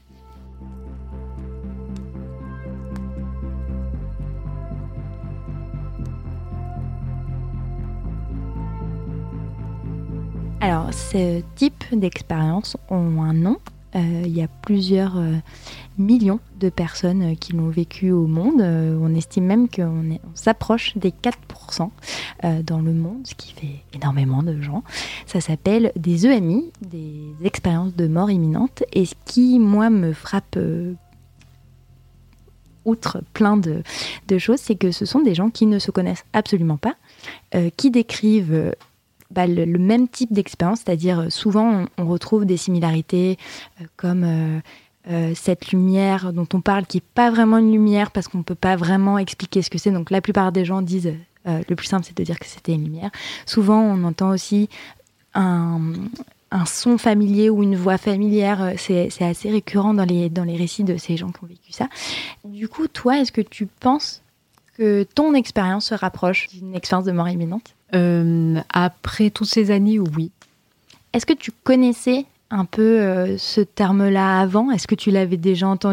Alors, ce type d'expériences ont un nom. Euh, il y a plusieurs euh, millions de personnes euh, qui l'ont vécu au monde. Euh, on estime même qu'on est, on s'approche des quatre pour cent euh, dans le monde, ce qui fait énormément de gens. Ça s'appelle des E M I, des expériences de mort imminente. Et ce qui, moi, me frappe euh, outre plein de, de choses, c'est que ce sont des gens qui ne se connaissent absolument pas, euh, qui décrivent euh, bah, le, le même type d'expérience, c'est-à-dire euh, souvent on, on retrouve des similarités euh, comme euh, euh, cette lumière dont on parle qui n'est pas vraiment une lumière parce qu'on ne peut pas vraiment expliquer ce que c'est. Donc la plupart des gens disent, euh, le plus simple c'est de dire que c'était une lumière. Souvent on entend aussi un... un son familier ou une voix familière, c'est, c'est assez récurrent dans les, dans les récits de ces gens qui ont vécu ça. Du coup, toi, est-ce que tu penses que ton expérience se rapproche d'une expérience de mort imminente ? euh, Après toutes ces années, oui. Est-ce que tu connaissais un peu euh, ce terme-là avant ? Est-ce que tu l'avais déjà entendu ?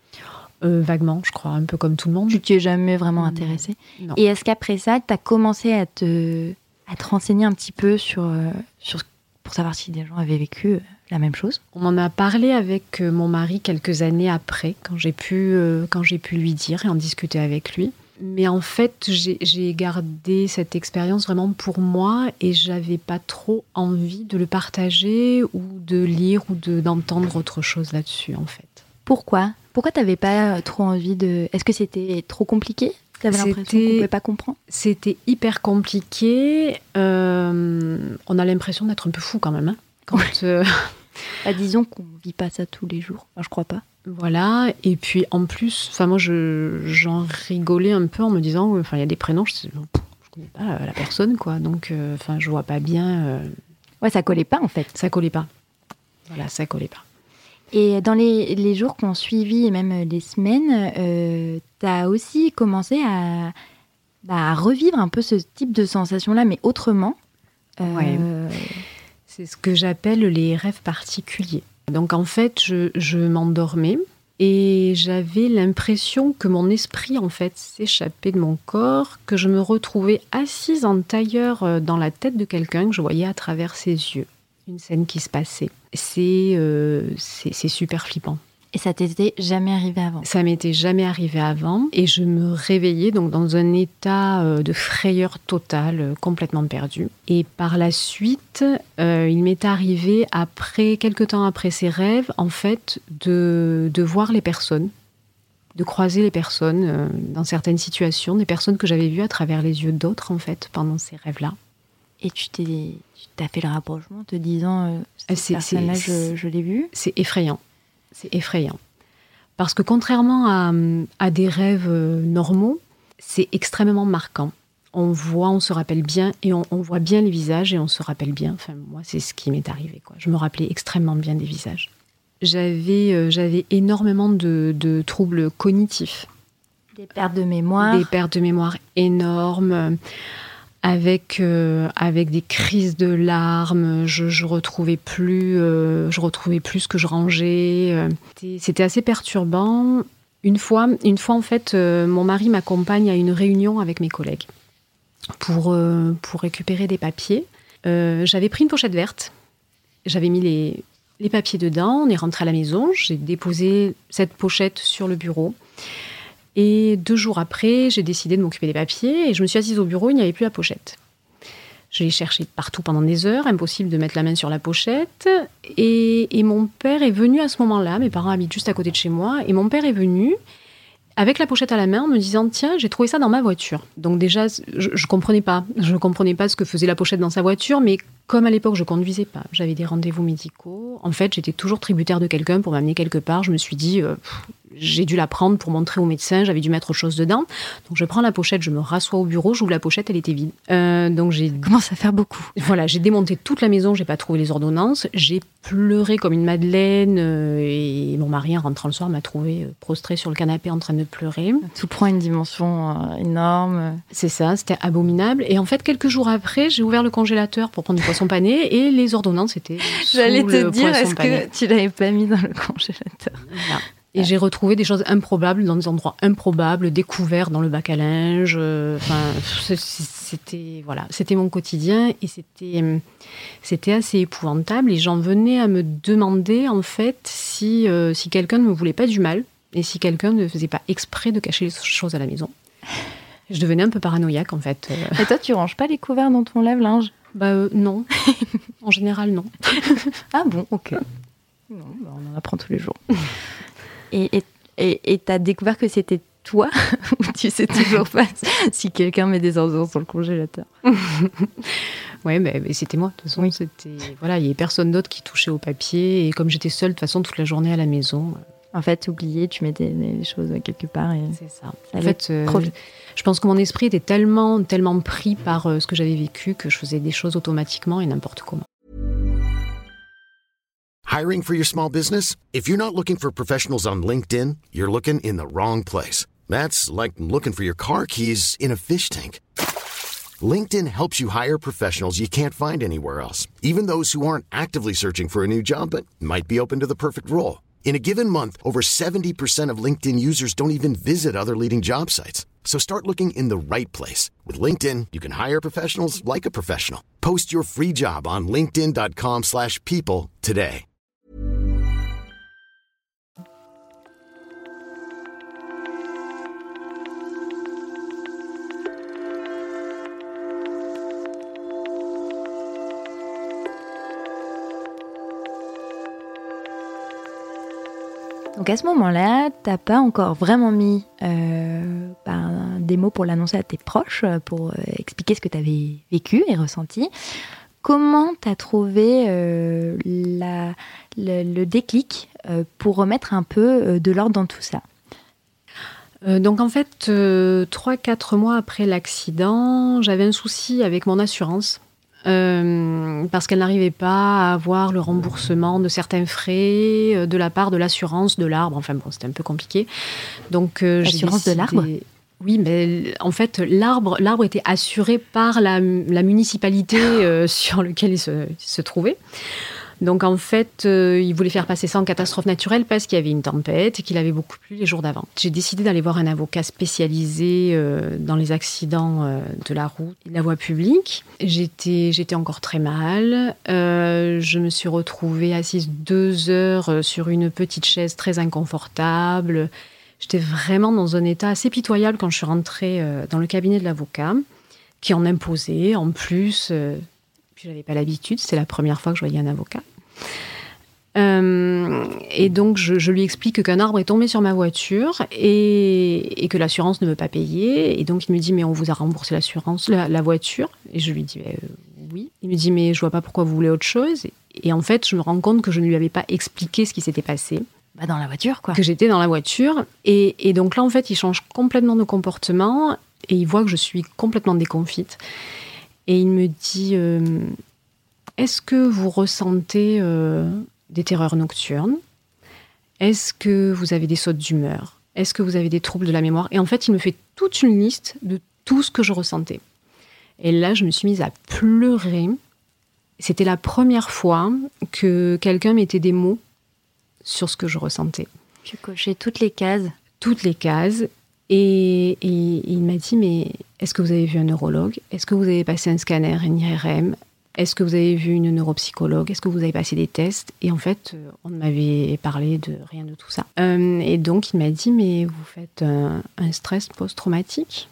euh, Vaguement, je crois, un peu comme tout le monde. Tu t'y es jamais vraiment intéressée ? Non. Et est-ce qu'après ça, tu as commencé à te, à te renseigner un petit peu sur, euh, sur pour savoir si des gens avaient vécu la même chose ? On en a parlé avec mon mari quelques années après, quand j'ai pu, euh, quand j'ai pu lui dire et en discuter avec lui. Mais en fait, j'ai, j'ai gardé cette expérience vraiment pour moi et j'avais pas trop envie de le partager ou de lire ou de, d'entendre autre chose là-dessus, en fait. Pourquoi ? Pourquoi t'avais pas trop envie de... Est-ce que c'était trop compliqué ? T'avais l'impression qu'on ne pouvait pas comprendre ? C'était hyper compliqué. Euh, on a l'impression d'être un peu fou quand même. Hein, quand, euh... bah, disons qu'on ne vit pas ça tous les jours. Enfin, je crois pas. Voilà. Et puis en plus, moi, je, j'en rigolais un peu en me disant, enfin, il y a des prénoms, je ne connais pas la personne, quoi. Donc, euh, enfin, je vois pas bien. Euh... Ouais, ça collait pas en fait. Ça collait pas. Voilà, ça collait pas. Et dans les, les jours qui ont suivi, et même les semaines, euh, tu as aussi commencé à, bah, à revivre un peu ce type de sensation-là, mais autrement. Euh, ouais. C'est ce que j'appelle les rêves particuliers. Donc en fait, je, je m'endormais et j'avais l'impression que mon esprit en fait s'échappait de mon corps, que je me retrouvais assise en tailleur dans la tête de quelqu'un que je voyais à travers ses yeux. Une scène qui se passait. C'est, euh, c'est, c'est super flippant. Et ça t'était jamais arrivé avant ? Ça m'était jamais arrivé avant. Et je me réveillais donc dans un état euh, de frayeur totale, euh, complètement perdu. Et par la suite, euh, il m'est arrivé, après, quelques temps après ces rêves, en fait, de, de voir les personnes, de croiser les personnes euh, dans certaines situations, des personnes que j'avais vues à travers les yeux d'autres, en fait, pendant ces rêves-là. Et tu t'es, tu t'as fait le rapprochement en te disant euh, cette c'est, personne-là, c'est, je, je l'ai vue ? C'est effrayant. C'est effrayant. Parce que contrairement à, à des rêves normaux, c'est extrêmement marquant. On voit, on se rappelle bien, et on, on voit bien les visages, et on se rappelle bien. Enfin, moi, c'est ce qui m'est arrivé, quoi. Je me rappelais extrêmement bien des visages. J'avais, euh, j'avais énormément de, de troubles cognitifs. Des pertes de mémoire. Des pertes de mémoire énormes. Avec, euh, avec des crises de larmes, je, je retrouvais plus, euh, je retrouvais plus ce que je rangeais. Euh, c'était, c'était assez perturbant. Une fois, une fois en fait, euh, mon mari m'accompagne à une réunion avec mes collègues pour, euh, pour récupérer des papiers. Euh, j'avais pris une pochette verte, j'avais mis les, les papiers dedans, on est rentré à la maison, j'ai déposé cette pochette sur le bureau. Et deux jours après, j'ai décidé de m'occuper des papiers et je me suis assise au bureau, il n'y avait plus la pochette. Je l'ai cherchée partout pendant des heures, impossible de mettre la main sur la pochette. Et, et mon père est venu à ce moment-là, mes parents habitent juste à côté de chez moi, et mon père est venu avec la pochette à la main en me disant « Tiens, j'ai trouvé ça dans ma voiture ». Donc déjà, je ne comprenais pas. Je comprenais pas ce que faisait la pochette dans sa voiture, mais comme à l'époque, je ne conduisais pas, j'avais des rendez-vous médicaux. En fait, j'étais toujours tributaire de quelqu'un pour m'amener quelque part. Je me suis dit euh, « J'ai dû la prendre pour montrer au médecin, j'avais dû mettre autre chose dedans ». Donc je prends la pochette, je me rassois au bureau, j'ouvre la pochette, elle était vide. Euh, donc j'ai commence à faire beaucoup. Voilà, j'ai démonté toute la maison, j'ai pas trouvé les ordonnances, j'ai pleuré comme une madeleine euh, et mon mari en rentrant le soir m'a trouvé euh, prostrée sur le canapé en train de pleurer. Tout prend une dimension euh, énorme. C'est ça, c'était abominable. Et en fait, quelques jours après, j'ai ouvert le congélateur pour prendre du poisson pané et les ordonnances étaient sous J'allais te le dire, poisson est-ce pané. que tu l'avais pas mis dans le congélateur ? Voilà. Et j'ai retrouvé des choses improbables dans des endroits improbables, découverts dans le bac à linge. Euh, enfin, c'était voilà, c'était mon quotidien et c'était c'était assez épouvantable. Et j'en venais à me demander en fait si euh, si quelqu'un ne me voulait pas du mal et si quelqu'un ne faisait pas exprès de cacher les choses à la maison. Je devenais un peu paranoïaque en fait. Et toi, tu ranges pas les couverts dans ton lave-linge ? Bah euh, non, en général non. Ah bon, ok. Non, bah on en apprend tous les jours. Et, et Et tu as découvert que c'était toi ou tu sais toujours pas si quelqu'un met des ordures sur le congélateur? Oui, mais, mais c'était moi. De toute façon, oui. c'était, voilà, il n'y avait personne d'autre qui touchait au papier. Et comme j'étais seule, de toute façon, toute la journée à la maison... En fait, oublié, tu mettais les choses quelque part. Et c'est ça. ça en fait, euh, je pense que mon esprit était tellement, tellement pris par euh, ce que j'avais vécu que je faisais des choses automatiquement et n'importe comment. Hiring for your small business? If you're not looking for professionals on LinkedIn, you're looking in the wrong place. That's like looking for your car keys in a fish tank. LinkedIn helps you hire professionals you can't find anywhere else, even those who aren't actively searching for a new job but might be open to the perfect role. In a given month, over seventy percent of LinkedIn users don't even visit other leading job sites. So start looking in the right place. With LinkedIn, you can hire professionals like a professional. Post your free job on linkedin.com slash people today. Donc à ce moment-là, t'as pas encore vraiment mis euh, ben, des mots pour l'annoncer à tes proches, pour euh, expliquer ce que tu avais vécu et ressenti. Comment t'as trouvé euh, la, le, le déclic euh, pour remettre un peu de l'ordre dans tout ça? euh, Donc en fait, euh, trois quatre mois après l'accident, j'avais un souci avec mon assurance. Euh, parce qu'elle n'arrivait pas à avoir le remboursement de certains frais euh, de la part de l'assurance de l'arbre. Enfin bon, c'était un peu compliqué. Donc, euh, l'assurance j'ai décidé... de l'arbre ? Oui, mais en fait, l'arbre, l'arbre était assuré par la, la municipalité euh, sur laquelle il se, se trouvait. Donc en fait, euh, il voulait faire passer ça en catastrophe naturelle parce qu'il y avait une tempête et qu'il avait beaucoup plu les jours d'avant. J'ai décidé d'aller voir un avocat spécialisé euh, dans les accidents euh, de la route et de la voie publique. J'étais, j'étais encore très mal. Euh, je me suis retrouvée assise deux heures sur une petite chaise très inconfortable. J'étais vraiment dans un état assez pitoyable quand je suis rentrée euh, dans le cabinet de l'avocat, qui en imposait en plus... Euh, je n'avais pas l'habitude, c'était la première fois que je voyais un avocat. Euh, et donc, je, je lui explique qu'un arbre est tombé sur ma voiture et, et que l'assurance ne veut pas payer. Et donc, il me dit, mais on vous a remboursé l'assurance, la, la voiture. Et je lui dis, euh, oui. Il me dit, mais je ne vois pas pourquoi vous voulez autre chose. Et, et en fait, je me rends compte que je ne lui avais pas expliqué ce qui s'était passé. Bah dans la voiture, quoi. Que j'étais dans la voiture. Et, et donc là, en fait, il change complètement de comportement et il voit que je suis complètement déconfite. Et il me dit, euh, est-ce que vous ressentez euh, des terreurs nocturnes? Est-ce que vous avez des sautes d'humeur? Est-ce que vous avez des troubles de la mémoire? Et en fait, il me fait toute une liste de tout ce que je ressentais. Et là, je me suis mise à pleurer. C'était la première fois que quelqu'un mettait des mots sur ce que je ressentais. Tu cochais toutes les cases. Toutes les cases. Et, et, et il m'a dit, mais est-ce que vous avez vu un neurologue? Est-ce que vous avez passé un scanner, un I R M? Est-ce que vous avez vu une neuropsychologue? Est-ce que vous avez passé des tests? Et en fait, on ne m'avait parlé de rien de tout ça. Euh, et donc, il m'a dit, mais vous faites un, un stress post-traumatique?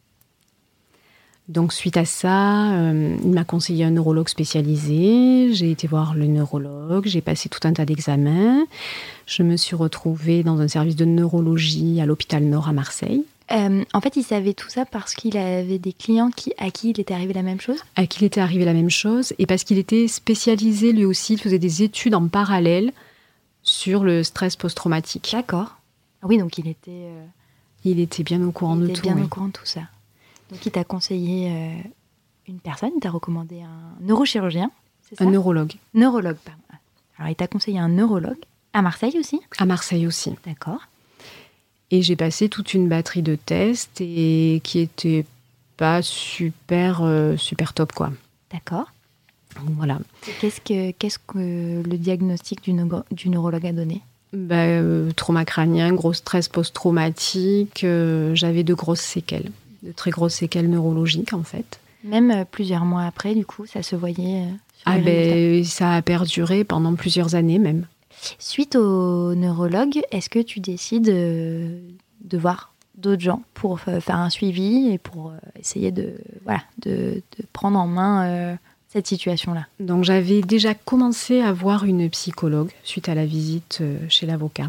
Donc, suite à ça, euh, il m'a conseillé un neurologue spécialisé. J'ai été voir le neurologue. J'ai passé tout un tas d'examens. Je me suis retrouvée dans un service de neurologie à l'hôpital Nord à Marseille. Euh, en fait, il savait tout ça parce qu'il avait des clients qui, à qui il était arrivé la même chose? À qui il était arrivé la même chose. Et parce qu'il était spécialisé, lui aussi, il faisait des études en parallèle sur le stress post-traumatique. D'accord. Ah oui, donc il était... Euh... Il était bien au courant il de était tout. bien oui. au courant de tout ça. Donc, il t'a conseillé euh, une personne, il t'a recommandé un neurochirurgien, c'est ça? Un neurologue. Neurologue, pardon. Alors, il t'a conseillé un neurologue, à Marseille aussi? À Marseille aussi. D'accord. Et j'ai passé toute une batterie de tests et qui n'étaient pas super, euh, super top, quoi. D'accord. Voilà. Qu'est-ce que, qu'est-ce que le diagnostic du, neuro, du neurologue a donné? bah, euh, Trauma crânien, gros stress post-traumatique, euh, j'avais de grosses séquelles. De très grosses séquelles neurologiques, en fait. Même euh, plusieurs mois après, du coup, ça se voyait euh, sur ah les ben, résultats. Ça a perduré pendant plusieurs années, même. Suite au neurologue, est-ce que tu décides euh, de voir d'autres gens pour f- faire un suivi et pour euh, essayer de, voilà, de, de prendre en main euh, cette situation-là? Donc, j'avais déjà commencé à voir une psychologue suite à la visite euh, chez l'avocat.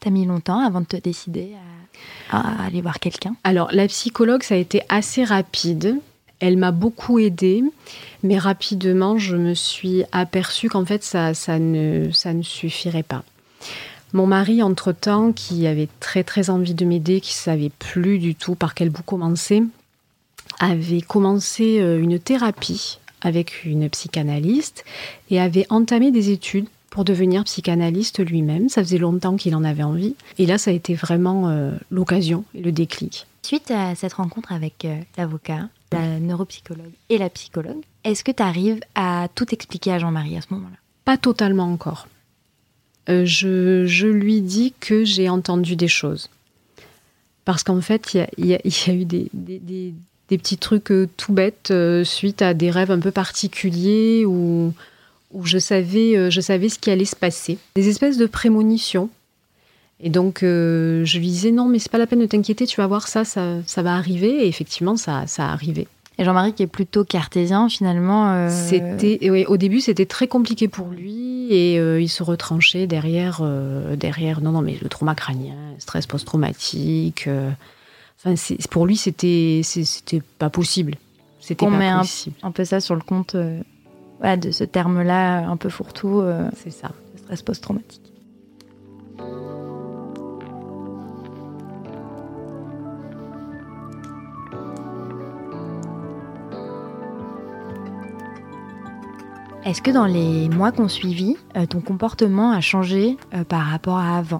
T'as mis longtemps avant de te décider à, à aller voir quelqu'un? Alors, la psychologue, ça a été assez rapide. Elle m'a beaucoup aidée, mais rapidement, je me suis aperçue qu'en fait, ça, ça, ne, ça ne suffirait pas. Mon mari, entre-temps, qui avait très très envie de m'aider, qui ne savait plus du tout par quel bout commencer, avait commencé une thérapie avec une psychanalyste et avait entamé des études pour devenir psychanalyste lui-même. Ça faisait longtemps qu'il en avait envie. Et là, ça a été vraiment euh, l'occasion et le déclic. Suite à cette rencontre avec euh, l'avocat, la neuropsychologue et la psychologue, est-ce que tu arrives à tout expliquer à Jean-Marie à ce moment-là? Pas totalement encore. Euh, je, je lui dis que j'ai entendu des choses. Parce qu'en fait, il y, y, y a eu des, des, des, des petits trucs euh, tout bêtes euh, suite à des rêves un peu particuliers où, où je savais, euh, je savais ce qui allait se passer. Des espèces de prémonitions. Et donc, euh, je lui disais, non, mais c'est pas la peine de t'inquiéter, tu vas voir ça, ça, ça va arriver. Et effectivement, ça, ça a arrivé. Et Jean-Marie, qui est plutôt cartésien, finalement... Euh... C'était, oui, au début, c'était très compliqué pour lui. Et euh, il se retranchait derrière, euh, derrière, non, non, mais le trauma crânien, stress post-traumatique. Euh, enfin, c'est, pour lui, c'était, c'était pas possible. C'était On pas met possible. Un, un peu ça sur le compte euh, voilà, de ce terme-là, un peu fourre-tout. Euh, c'est ça. Le stress post-traumatique. Est-ce que dans les mois qu'on suivi, euh, ton comportement a changé euh, par rapport à avant?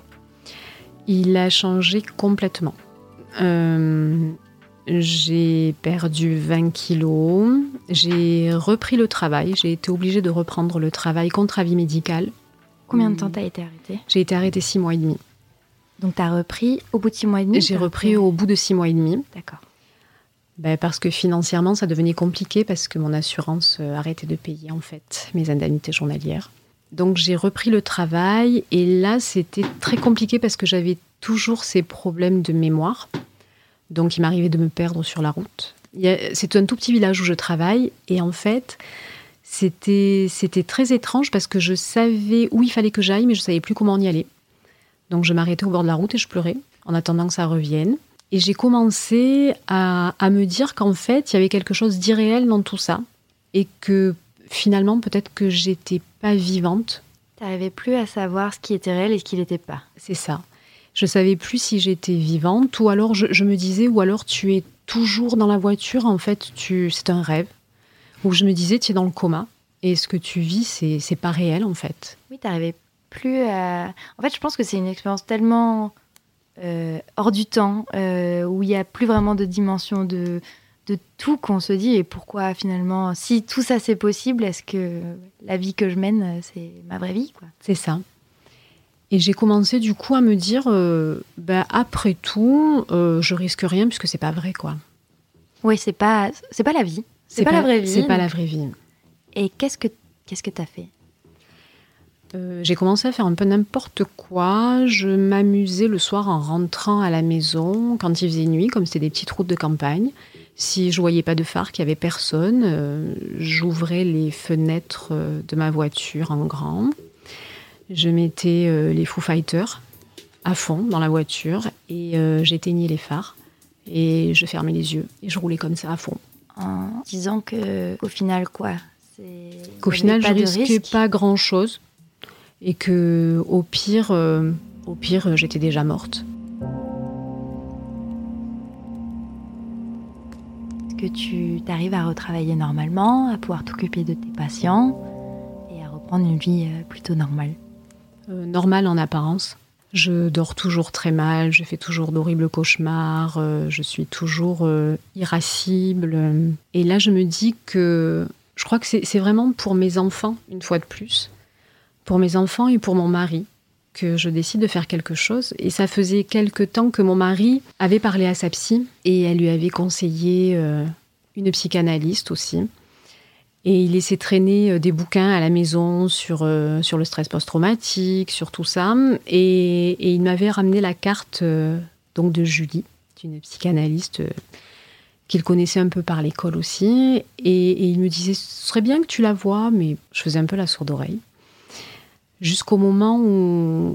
Il a changé complètement. Euh, j'ai perdu vingt kilos. J'ai repris le travail. J'ai été obligée de reprendre le travail contre avis médical. Combien de temps t'as été arrêtée? J'ai été arrêtée six mois et demi. Donc t'as repris au bout de six mois et demi? J'ai repris au bout de six mois et demi. D'accord. Ben parce que financièrement, ça devenait compliqué parce que mon assurance arrêtait de payer, en fait, mes indemnités journalières. Donc, j'ai repris le travail et là, c'était très compliqué parce que j'avais toujours ces problèmes de mémoire. Donc, il m'arrivait de me perdre sur la route. C'est un tout petit village où je travaille et en fait, c'était, c'était très étrange parce que je savais où il fallait que j'aille, mais je ne savais plus comment y aller. Donc, je m'arrêtais au bord de la route et je pleurais en attendant que ça revienne. Et j'ai commencé à, à me dire qu'en fait, il y avait quelque chose d'irréel dans tout ça. Et que finalement, peut-être que j'étais pas vivante. T'arrivais plus à savoir ce qui était réel et ce qui l'était pas. C'est ça. Je savais plus si j'étais vivante ou alors je, je me disais, ou alors tu es toujours dans la voiture, en fait, tu, c'est un rêve. Ou je me disais, tu es dans le coma. Et ce que tu vis, c'est, c'est pas réel, en fait. Oui, t'arrivais plus à... En fait, je pense que c'est une expérience tellement... Euh, hors du temps, euh, où il n'y a plus vraiment de dimension de, de tout qu'on se dit, et pourquoi finalement, si tout ça c'est possible, est-ce que la vie que je mène, c'est ma vraie vie, quoi. C'est ça. Et j'ai commencé du coup à me dire, euh, bah, après tout, euh, je risque rien puisque c'est pas vrai, quoi. Oui, c'est pas, c'est pas la vie. C'est, c'est pas, pas la vraie vie. C'est pas la vraie vie. Et qu'est-ce que, qu'est-ce que t'as fait? Euh, j'ai commencé à faire un peu n'importe quoi. Je m'amusais le soir en rentrant à la maison, quand il faisait nuit, comme c'était des petites routes de campagne. Si je voyais pas de phare, qu'il y avait personne, euh, j'ouvrais les fenêtres de ma voiture en grand. Je mettais euh, les Foo Fighters à fond dans la voiture et euh, j'éteignais les phares et je fermais les yeux et je roulais comme ça à fond. En disant que, qu'au final, quoi c'est... Qu'au final, je risquais pas grand-chose. Et que au pire, euh, au pire, j'étais déjà morte. Est-ce que tu t'arrives à retravailler normalement, à pouvoir t'occuper de tes patients et à reprendre une vie plutôt normale? euh, Normale en apparence. Je dors toujours très mal, je fais toujours d'horribles cauchemars, euh, je suis toujours euh, irascible. Et là, je me dis que je crois que c'est, c'est vraiment pour mes enfants, une fois de plus. Pour mes enfants et pour mon mari, que je décide de faire quelque chose. Et ça faisait quelque temps que mon mari avait parlé à sa psy et elle lui avait conseillé euh, une psychanalyste aussi. Et il laissait traîner des bouquins à la maison sur, euh, sur le stress post-traumatique, sur tout ça. Et, et il m'avait ramené la carte euh, donc de Julie, une psychanalyste euh, qu'il connaissait un peu par l'école aussi. Et, et il me disait, ce serait bien que tu la vois, mais je faisais un peu la sourde oreille. Jusqu'au moment où,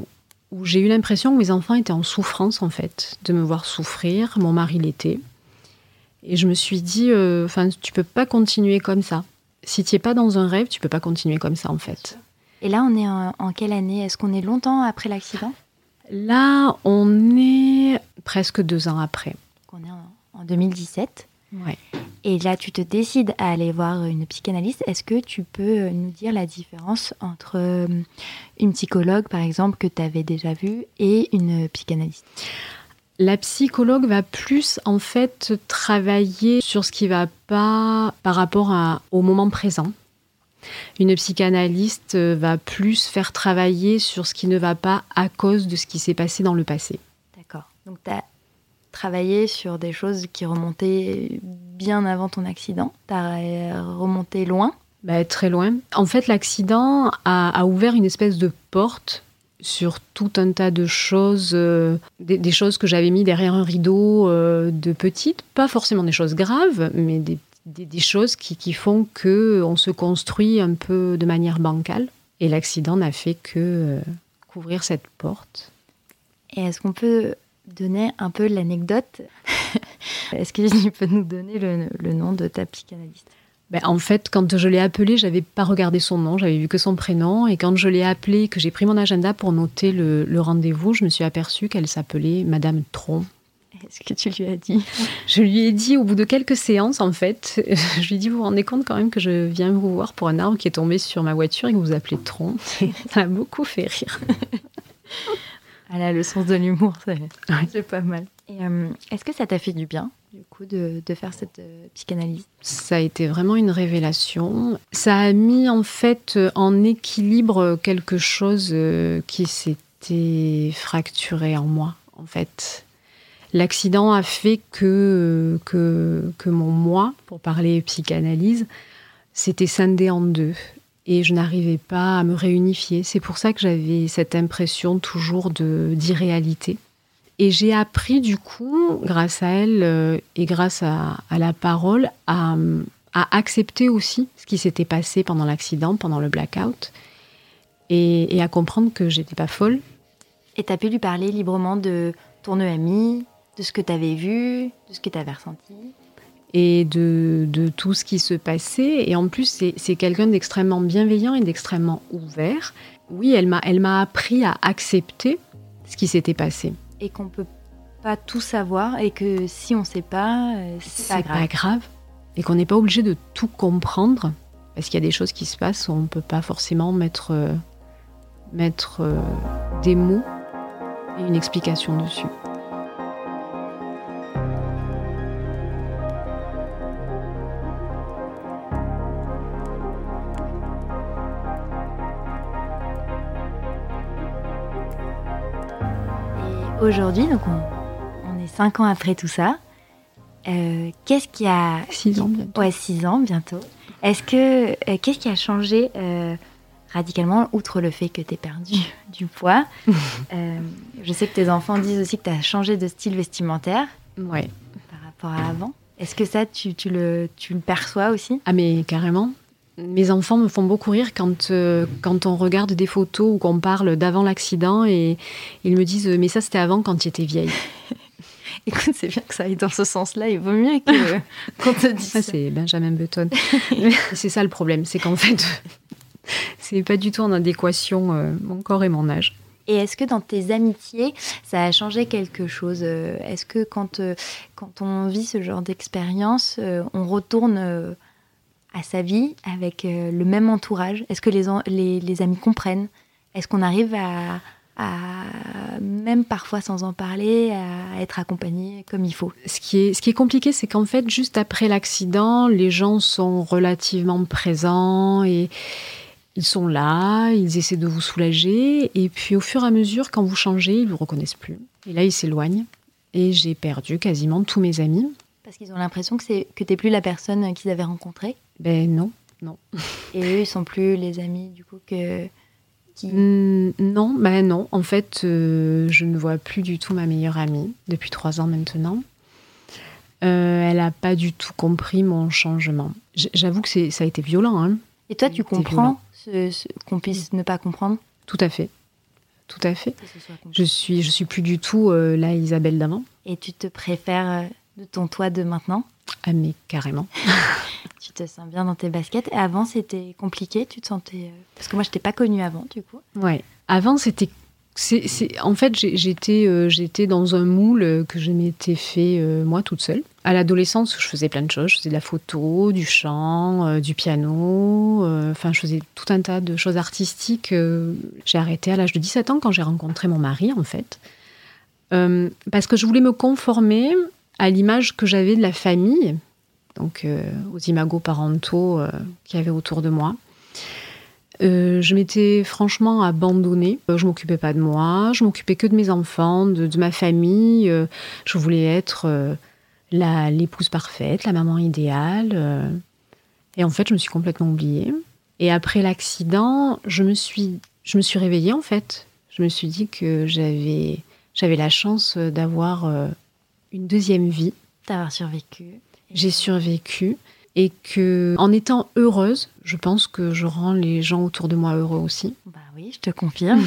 où j'ai eu l'impression que mes enfants étaient en souffrance, en fait, de me voir souffrir. Mon mari l'était. Et je me suis dit, enfin, euh, tu peux pas continuer comme ça. Si tu n'es pas dans un rêve, tu peux pas continuer comme ça, en fait. Et là, on est en, en quelle année ? Est-ce qu'on est longtemps après l'accident ? Là, on est presque deux ans après. On est en, en deux mille dix-sept. Ouais. Et là, tu te décides à aller voir une psychanalyste. Est-ce que tu peux nous dire la différence entre une psychologue, par exemple, que tu avais déjà vue, et une psychanalyste ? La psychologue va plus, en fait, travailler sur ce qui ne va pas par rapport à, au moment présent. Une psychanalyste va plus faire travailler sur ce qui ne va pas à cause de ce qui s'est passé dans le passé. D'accord. Donc, tu as travaillé sur des choses qui remontaient bien avant ton accident. Tu as remonté loin ? Bah, très loin. En fait, l'accident a, a ouvert une espèce de porte sur tout un tas de choses, euh, des, des choses que j'avais mis derrière un rideau euh, de petite. Pas forcément des choses graves, mais des Des, des choses qui, qui font qu'on se construit un peu de manière bancale. Et l'accident n'a fait que euh, couvrir cette porte. Et est-ce qu'on peut donner un peu l'anecdote ? Est-ce que tu peux nous donner le, le nom de ta psychanalyste ? Ben, en fait, quand je l'ai appelée, je n'avais pas regardé son nom, j'avais vu que son prénom. Et quand je l'ai appelée, que j'ai pris mon agenda pour noter le, le rendez-vous, je me suis aperçue qu'elle s'appelait Madame Tron. Est-ce que tu lui as dit ? Je lui ai dit au bout de quelques séances, en fait, je lui ai dit, vous vous rendez compte quand même que je viens vous voir pour un arbre qui est tombé sur ma voiture et que vous vous appelez Tron. Ça m'a beaucoup fait rire. Elle a le sens de l'humour, c'est, ouais. c'est pas mal. Et, euh, est-ce que ça t'a fait du bien, du coup, de, de faire cette euh, psychanalyse ? Ça a été vraiment une révélation. Ça a mis, en fait, en équilibre quelque chose qui s'était fracturé en moi, en fait. L'accident a fait que, que, que mon moi, pour parler psychanalyse, s'était scindé en deux. Et je n'arrivais pas à me réunifier. C'est pour ça que j'avais cette impression toujours de, d'irréalité. Et j'ai appris du coup, grâce à elle euh, et grâce à, à la parole, à, à accepter aussi ce qui s'était passé pendant l'accident, pendant le blackout, et, et à comprendre que j'étais pas folle. Et tu as pu lui parler librement de ton E M I, de ce que tu avais vu, de ce que tu avais ressenti. Et de, de tout ce qui se passait. Et en plus, c'est, c'est quelqu'un d'extrêmement bienveillant et d'extrêmement ouvert. Oui, elle m'a, elle m'a appris à accepter ce qui s'était passé. Et qu'on ne peut pas tout savoir et que si on ne sait pas, c'est, c'est pas grave. pas grave. Et qu'on n'est pas obligé de tout comprendre. Parce qu'il y a des choses qui se passent où on ne peut pas forcément mettre, euh, mettre euh, des mots et une explication dessus. Aujourd'hui, donc on, on est cinq ans après tout ça. Euh, qu'est-ce qui a... Six ans bientôt. Ouais, six ans bientôt. Est-ce que... Euh, qu'est-ce qui a changé euh, radicalement, outre le fait que tu aies perdu du poids ? euh, Je sais que tes enfants disent aussi que tu as changé de style vestimentaire. Ouais. Par rapport à avant. Est-ce que ça, tu, tu, le, tu le perçois aussi ? Ah mais carrément. Mes enfants me font beaucoup rire quand, euh, quand on regarde des photos ou qu'on parle d'avant l'accident et ils me disent « mais ça, c'était avant quand tu étais vieille ». Écoute, c'est bien que ça aille dans ce sens-là. Il vaut mieux que, qu'on te dise ça. C'est Benjamin Button. C'est ça le problème, c'est qu'en fait, c'est pas du tout en adéquation euh, mon corps et mon âge. Et est-ce que dans tes amitiés, ça a changé quelque chose ? Est-ce que quand, euh, quand on vit ce genre d'expérience, euh, on retourne... Euh, à sa vie avec euh, le même entourage ? Est-ce que les, en- les, les amis comprennent ? Est-ce qu'on arrive à, à, même parfois sans en parler, à être accompagné comme il faut ? Ce qui est, ce qui est compliqué, c'est qu'en fait, juste après l'accident, les gens sont relativement présents et ils sont là, ils essaient de vous soulager. Et puis au fur et à mesure, quand vous changez, ils ne vous reconnaissent plus. Et là, ils s'éloignent. Et j'ai perdu quasiment tous mes amis. Parce qu'ils ont l'impression que, c'est, que tu n'es plus la personne qu'ils avaient rencontrée ? Ben non, non. Et eux, ils ne sont plus les amis, du coup, que... Qui... Mmh, non, ben non. En fait, euh, je ne vois plus du tout ma meilleure amie depuis trois ans maintenant. Euh, elle n'a pas du tout compris mon changement. J- j'avoue que c'est, ça a été violent. Hein. Et toi, tu comprends ce, ce, qu'on puisse ne pas comprendre ? Tout à fait. tout à fait. Je suis, je suis plus du tout euh, la Isabelle d'avant. Et tu te préfères de ton toi de maintenant ? Ah mais carrément. Tu te sens bien dans tes baskets. Et avant, c'était compliqué, tu te sentais... Parce que moi, je t'ai pas connue avant, du coup. Ouais. Avant, c'était... C'est, c'est... En fait, j'ai, j'étais, euh, j'étais dans un moule que je m'étais fait, euh, moi, toute seule. À l'adolescence, je faisais plein de choses. Je faisais de la photo, du chant, euh, du piano. Euh, enfin, je faisais tout un tas de choses artistiques. Euh, j'ai arrêté à l'âge de dix-sept ans quand j'ai rencontré mon mari, en fait. Euh, parce que je voulais me conformer à l'image que j'avais de la famille, donc euh, aux imagos parentaux euh, qu'il y avait autour de moi. Euh, je m'étais franchement abandonnée. Euh, je m'occupais pas de moi, je m'occupais que de mes enfants, de, de ma famille. Euh, je voulais être euh, la, l'épouse parfaite, la maman idéale. Euh, et en fait, je me suis complètement oubliée. Et après l'accident, je me suis, je me suis réveillée, en fait. Je me suis dit que j'avais, j'avais la chance d'avoir... Euh, une deuxième vie. D'avoir survécu. J'ai survécu. Et que, en étant heureuse, je pense que je rends les gens autour de moi heureux aussi. Bah oui, je te confirme.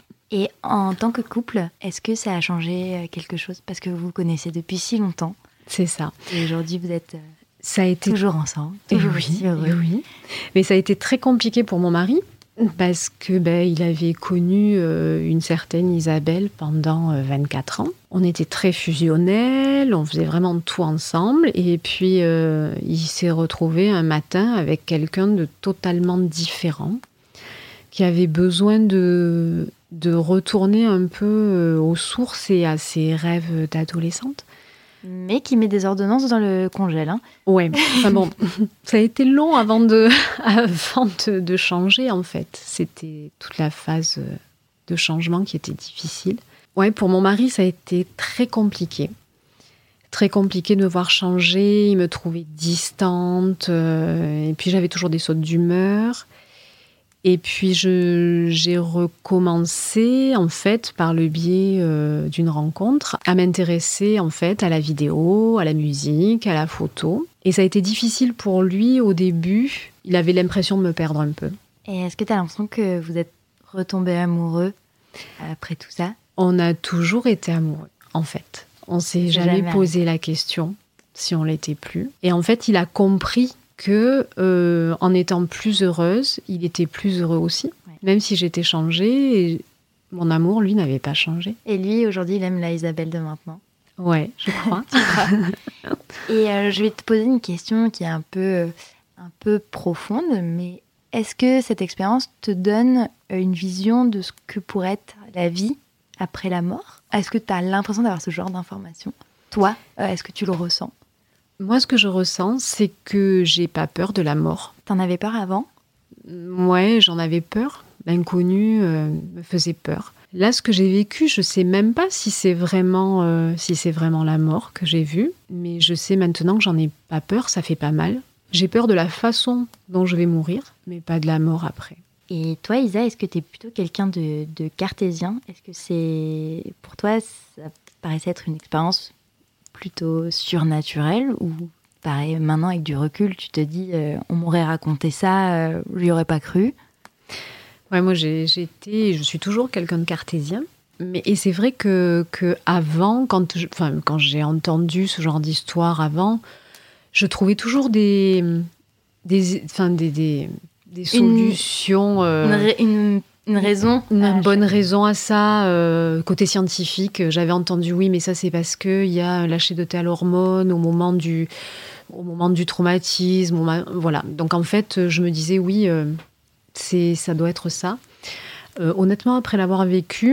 Et en tant que couple, est-ce que ça a changé quelque chose ? Parce que vous vous connaissez depuis si longtemps. C'est ça. Et aujourd'hui, vous êtes ça a été... toujours ensemble. Toujours oui, aussi heureux. Oui. Mais ça a été très compliqué pour mon mari. Parce que ben, il avait connu euh, une certaine Isabelle pendant euh, vingt-quatre ans. On était très fusionnels, on faisait vraiment tout ensemble. Et puis, euh, il s'est retrouvé un matin avec quelqu'un de totalement différent, qui avait besoin de, de retourner un peu euh, aux sources et à ses rêves d'adolescente. Mais qui met des ordonnances dans le congèle. Hein. Ouais, enfin bon, ça a été long avant de, avant de, de changer, en fait. C'était toute la phase de changement qui était difficile. Ouais, pour mon mari, ça a été très compliqué. Très compliqué de me voir changer, il me trouvait distante, euh, et puis j'avais toujours des sautes d'humeur. Et puis je, j'ai recommencé en fait par le biais euh, d'une rencontre à m'intéresser en fait à la vidéo, à la musique, à la photo. Et ça a été difficile pour lui au début. Il avait l'impression de me perdre un peu. Et est-ce que tu as l'impression que vous êtes retombés amoureux après tout ça ? On a toujours été amoureux en fait. On s'est C'est jamais, jamais posé la question si on l'était plus. Et en fait, il a compris que euh, en étant plus heureuse, il était plus heureux aussi. Ouais. Même si j'étais changée, et mon amour, lui, n'avait pas changé. Et lui, aujourd'hui, il aime la Isabelle de maintenant. Ouais, je crois. Et euh, je vais te poser une question qui est un peu, euh, un peu profonde, mais est-ce que cette expérience te donne une vision de ce que pourrait être la vie après la mort ? Est-ce que tu as l'impression d'avoir ce genre d'informations ? Toi, euh, est-ce que tu le ressens ? Moi, ce que je ressens, c'est que j'ai pas peur de la mort. T'en avais peur avant ? Ouais, j'en avais peur. L'inconnu euh, me faisait peur. Là, ce que j'ai vécu, je sais même pas si c'est vraiment, euh, si c'est vraiment la mort que j'ai vue. Mais je sais maintenant que j'en ai pas peur, ça fait pas mal. J'ai peur de la façon dont je vais mourir, mais pas de la mort après. Et toi, Isa, est-ce que t'es plutôt quelqu'un de, de cartésien ? Est-ce que c'est... Pour toi, ça paraissait être une expérience plutôt surnaturel ou pareil, maintenant avec du recul, tu te dis euh, on m'aurait raconté ça, euh, je n'y aurais pas cru. Ouais, moi j'ai, j'ai été, je suis toujours quelqu'un de cartésien. Mais, et c'est vrai que, que avant, quand, je, enfin, quand j'ai entendu ce genre d'histoire avant, je trouvais toujours des, des, enfin, des, des, des solutions. Une, euh, une, une, une raison. Une ah, bonne je... raison à ça. Euh, côté scientifique, j'avais entendu oui, mais ça c'est parce qu'il y a un lâcher de telle hormone au moment du, au moment du traumatisme. Moment, voilà. Donc en fait, je me disais oui, euh, c'est, ça doit être ça. Euh, honnêtement, après l'avoir vécu,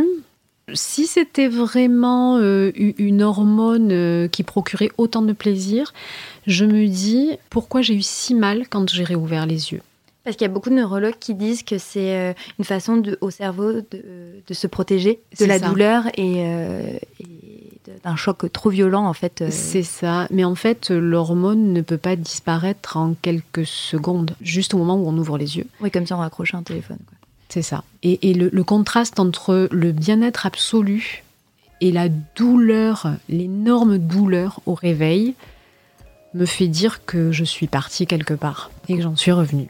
si c'était vraiment euh, une hormone euh, qui procurait autant de plaisir, je me dis pourquoi j'ai eu si mal quand j'ai réouvert les yeux. Parce qu'il y a beaucoup de neurologues qui disent que c'est euh, une façon de, au cerveau de, de se protéger de c'est la ça. douleur et, euh, et d'un choc trop violent en fait. Euh. C'est ça, mais en fait l'hormone ne peut pas disparaître en quelques secondes, juste au moment où on ouvre les yeux. Oui, comme si on raccrochait un téléphone, quoi. C'est ça. Et, et le, le contraste entre le bien-être absolu et la douleur, l'énorme douleur au réveil, me fait dire que je suis partie quelque part et que j'en suis revenue.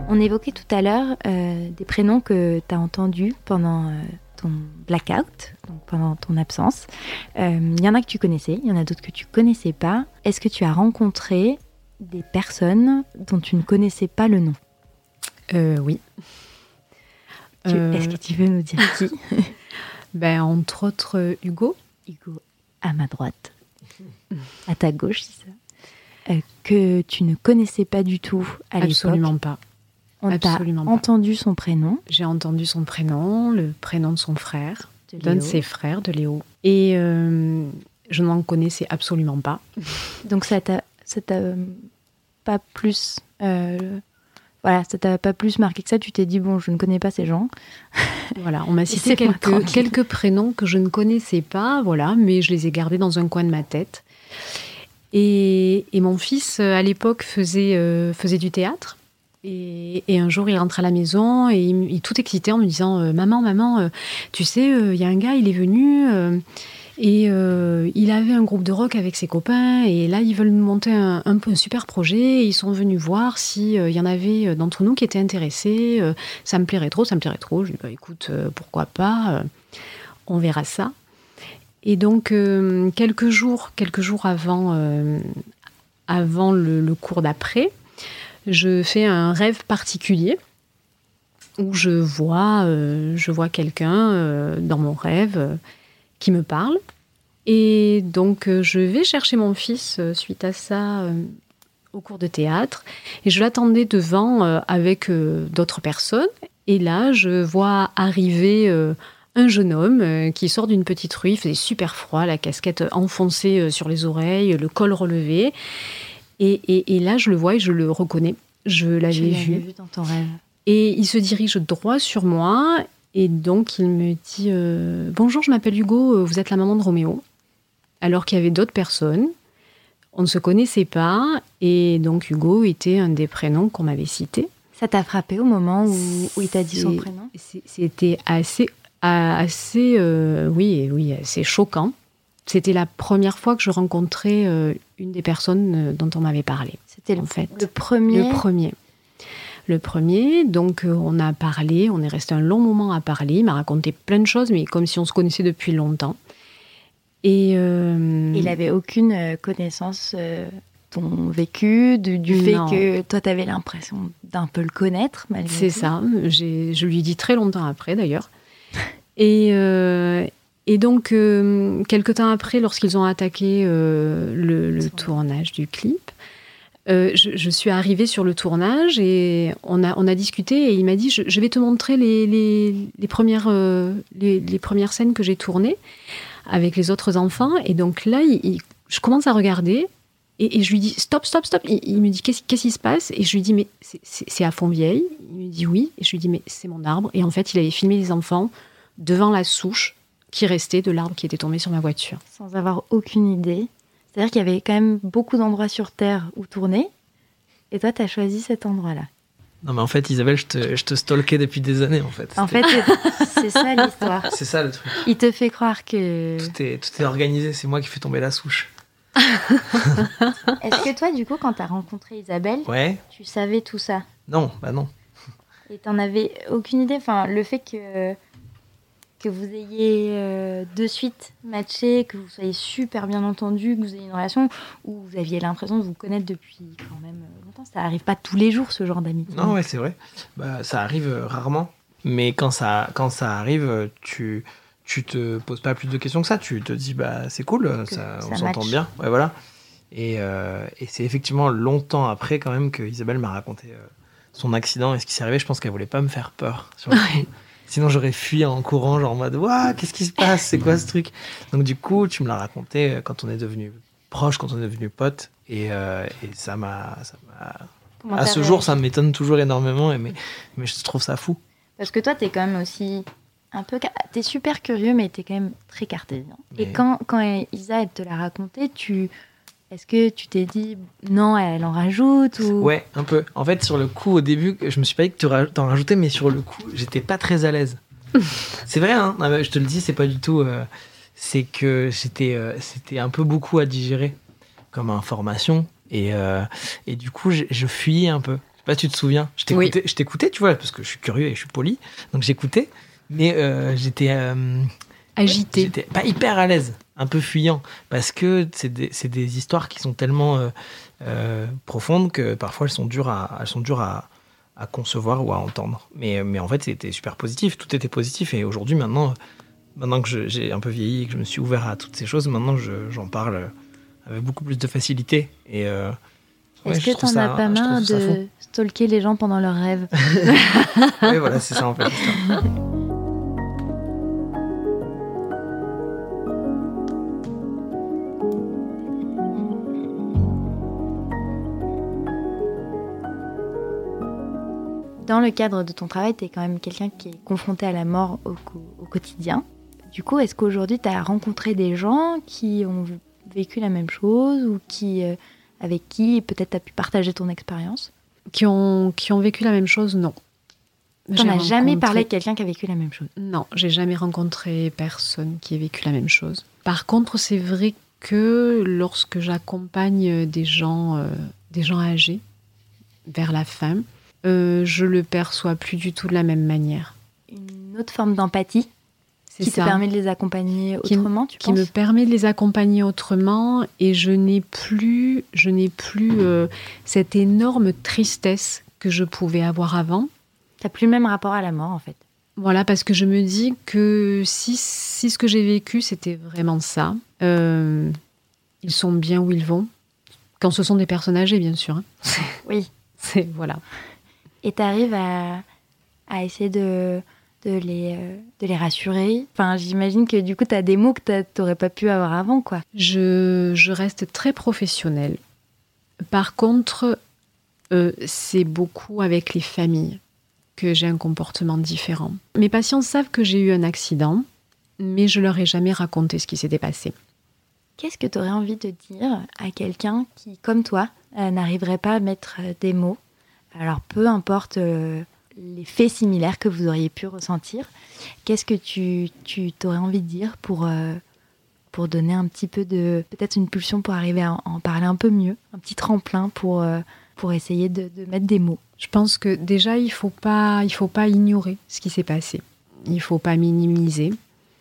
On évoquait tout à l'heure euh, des prénoms que tu as entendus pendant euh, ton blackout, donc pendant ton absence. Il euh, y en a que tu connaissais, il y en a d'autres que tu connaissais pas. Est-ce que tu as rencontré des personnes dont tu ne connaissais pas le nom ? euh, Oui. Tu, euh... Est-ce que tu veux nous dire qui ? ben, entre autres, Hugo. Hugo, à ma droite. À ta gauche, c'est ça. Euh, que tu ne connaissais pas du tout à l'époque. Absolument pas. On Absolument t'a pas. entendu son prénom. J'ai entendu son prénom, le prénom de son frère, de d'un de ses frères, de Léo. Et euh, je n'en connaissais absolument pas. Donc ça t'a, ça t'a pas plus... Euh, voilà, ça t'a pas plus marqué que ça. Tu t'es dit, bon, je ne connais pas ces gens. Voilà, on m'a cité quelques, quelques prénoms que je ne connaissais pas, voilà, mais je les ai gardés dans un coin de ma tête. Et, et mon fils, à l'époque, faisait, euh, faisait du théâtre. Et, et un jour, il rentre à la maison et il, il est tout excité en me disant euh, « Maman, maman, euh, tu sais, il euh, y a un gars, il est venu euh, et euh, il avait un groupe de rock avec ses copains et là, ils veulent nous monter un, un, un super projet. Et ils sont venus voir s'il euh, y en avait d'entre nous qui étaient intéressés. Euh, ça me plairait trop, ça me plairait trop. » Je dis bah, « Écoute, euh, pourquoi pas euh, on verra ça. » Et donc, euh, quelques jours, quelques jours avant, euh, avant le, le cours d'après, je fais un rêve particulier où je vois, euh, je vois quelqu'un euh, dans mon rêve euh, qui me parle. Et donc, euh, je vais chercher mon fils euh, suite à ça euh, au cours de théâtre. Et je l'attendais devant euh, avec euh, d'autres personnes. Et là, je vois arriver euh, un jeune homme euh, qui sort d'une petite rue. Il faisait super froid, la casquette enfoncée euh, sur les oreilles, le col relevé. Et, et, et là, je le vois et je le reconnais. Je l'avais tu vu. vu dans ton rêve. Et il se dirige droit sur moi. Et donc, il me dit euh, « Bonjour, je m'appelle Hugo, vous êtes la maman de Roméo. » Alors qu'il y avait d'autres personnes. On ne se connaissait pas. Et donc, Hugo était un des prénoms qu'on m'avait cités. Ça t'a frappé au moment où, où il t'a dit son prénom ? C'était assez, assez euh, oui, oui, assez choquant. C'était la première fois que je rencontrais euh, une des personnes dont on m'avait parlé. C'était en le, fait. le premier Le premier. Le premier, donc euh, on a parlé, on est resté un long moment à parler. Il m'a raconté plein de choses, mais comme si on se connaissait depuis longtemps. Et euh... il n'avait aucune connaissance euh, de ton vécu, de, du fait non. que toi, tu avais l'impression d'un peu le connaître, malgré C'est tout. ça. J'ai, je lui ai dit très longtemps après, d'ailleurs. Et... Euh... Et donc, euh, quelque temps après, lorsqu'ils ont attaqué euh, le, le tournage du clip, euh, je, je suis arrivée sur le tournage et on a, on a discuté et il m'a dit je, je vais te montrer les, les, les, premières, euh, les, les premières scènes que j'ai tournées avec les autres enfants. Et donc là, il, il, je commence à regarder et, et je lui dis stop, stop, stop. Il, il me dit qu'est-ce, qu'est-ce qui se passe ? Et je lui dis mais c'est, c'est, c'est à Fontvieille. Il me dit oui. Et je lui dis mais c'est mon arbre. Et en fait, il avait filmé les enfants devant la souche qui restait de l'arbre qui était tombé sur ma voiture. Sans avoir aucune idée. C'est-à-dire qu'il y avait quand même beaucoup d'endroits sur Terre où tourner, et toi, tu as choisi cet endroit-là. Non, mais en fait, Isabelle, je te, je te stalkais depuis des années, en fait. En fait, c'est ça l'histoire. C'est ça le truc. Il te fait croire que... Tout est, tout est organisé, c'est moi qui fais tomber la souche. Est-ce que toi, du coup, quand tu as rencontré Isabelle, ouais. tu savais tout ça ? Non, bah non. Et tu n'en avais aucune idée ? Enfin, le fait que... que vous ayez euh, de suite matché, que vous soyez super bien entendus, que vous ayez une relation où vous aviez l'impression de vous connaître depuis quand même longtemps. Ça n'arrive pas tous les jours, ce genre d'amitié. Non, ouais, c'est vrai. Bah, ça arrive euh, rarement. Mais quand ça, quand ça arrive, tu, tu te poses pas plus de questions que ça. Tu te dis, bah, c'est cool, ça, ça on s'entend match. bien. Ouais, voilà. Et, euh, et c'est effectivement longtemps après, quand même, que Isabelle m'a raconté euh, son accident et ce qui s'est arrivé. Je pense qu'elle voulait pas me faire peur. Sur le coup. Sinon, j'aurais fui en courant, genre en mode « Waouh, qu'est-ce qui se passe ? C'est quoi ce truc ?» Donc du coup, tu me l'as raconté quand on est devenu proche, quand on est devenu pote. Et, euh, et ça m'a... Ça m'a... À ce réagi ? jour, ça m'étonne toujours énormément, mais, mais je trouve ça fou. Parce que toi, t'es quand même aussi un peu... T'es super curieux, mais t'es quand même très cartésien. Mais... Et quand, quand Isa, elle te l'a raconté, tu... Est-ce que tu t'es dit non, elle en rajoute ou... Ouais, un peu. En fait, sur le coup, au début, je me suis pas dit que tu t'en rajoutais, mais sur le coup, j'étais pas très à l'aise. C'est vrai, hein. Je te le dis, c'est pas du tout. Euh, c'est que j'étais, euh, c'était un peu beaucoup à digérer comme information, et euh, et du coup, je, je fuyais un peu. sais pas si tu te souviens. Je t'écoutais, oui. je t'écoutais, tu vois, parce que je suis curieux et je suis poli, donc j'écoutais. Mais euh, j'étais euh, agité, j'étais pas hyper à l'aise, un peu fuyant, parce que c'est des, c'est des histoires qui sont tellement euh, euh, profondes que parfois elles sont dures à, elles sont dures à, à concevoir ou à entendre. Mais, mais en fait, c'était super positif, tout était positif. Et aujourd'hui, maintenant, maintenant que je, j'ai un peu vieilli et que je me suis ouvert à toutes ces choses, maintenant je, j'en parle avec beaucoup plus de facilité. Et euh, Est-ce ouais, que t'en as pas marre de stalker les gens pendant leurs rêves? Oui, voilà, c'est ça en fait. Dans le cadre de ton travail, tu es quand même quelqu'un qui est confronté à la mort au, au quotidien. Du coup, est-ce qu'aujourd'hui, tu as rencontré des gens qui ont vécu la même chose ou qui, euh, avec qui peut-être tu as pu partager ton expérience? Qui ont, qui ont vécu la même chose, non. Tu n'as rencontré... jamais parlé avec quelqu'un qui a vécu la même chose? Non, j'ai jamais rencontré personne qui ait vécu la même chose. Par contre, c'est vrai que lorsque j'accompagne des gens, euh, des gens âgés vers la fin, Euh, je le perçois plus du tout de la même manière. Une autre forme d'empathie C'est qui ça. te permet de les accompagner qui autrement, tu qui penses? me permet de les accompagner autrement et je n'ai plus, je n'ai plus euh, cette énorme tristesse que je pouvais avoir avant. Tu n'as plus le même rapport à la mort, en fait. Voilà, parce que je me dis que si, si ce que j'ai vécu, c'était vraiment ça, euh, ils sont bien où ils vont. Quand ce sont des personnes âgées, bien sûr. Hein. Oui. C'est, voilà. Et tu arrives à, à essayer de, de, les, euh, de les rassurer. Enfin, j'imagine que du coup, tu as des mots que tu n'aurais pas pu avoir avant, quoi. Je, je reste très professionnelle. Par contre, euh, c'est beaucoup avec les familles que j'ai un comportement différent. Mes patients savent que j'ai eu un accident, mais je leur ai jamais raconté ce qui s'était passé. Qu'est-ce que tu aurais envie de dire à quelqu'un qui, comme toi, euh, n'arriverait pas à mettre euh, des mots? Alors, peu importe euh, les faits similaires que vous auriez pu ressentir, qu'est-ce que tu, tu t'aurais envie de dire pour, euh, pour donner un petit peu de... peut-être une pulsion pour arriver à en parler un peu mieux, un petit tremplin pour, euh, pour essayer de, de mettre des mots? Je pense que déjà, il ne faut pas, il faut pas ignorer ce qui s'est passé. Il ne faut pas minimiser.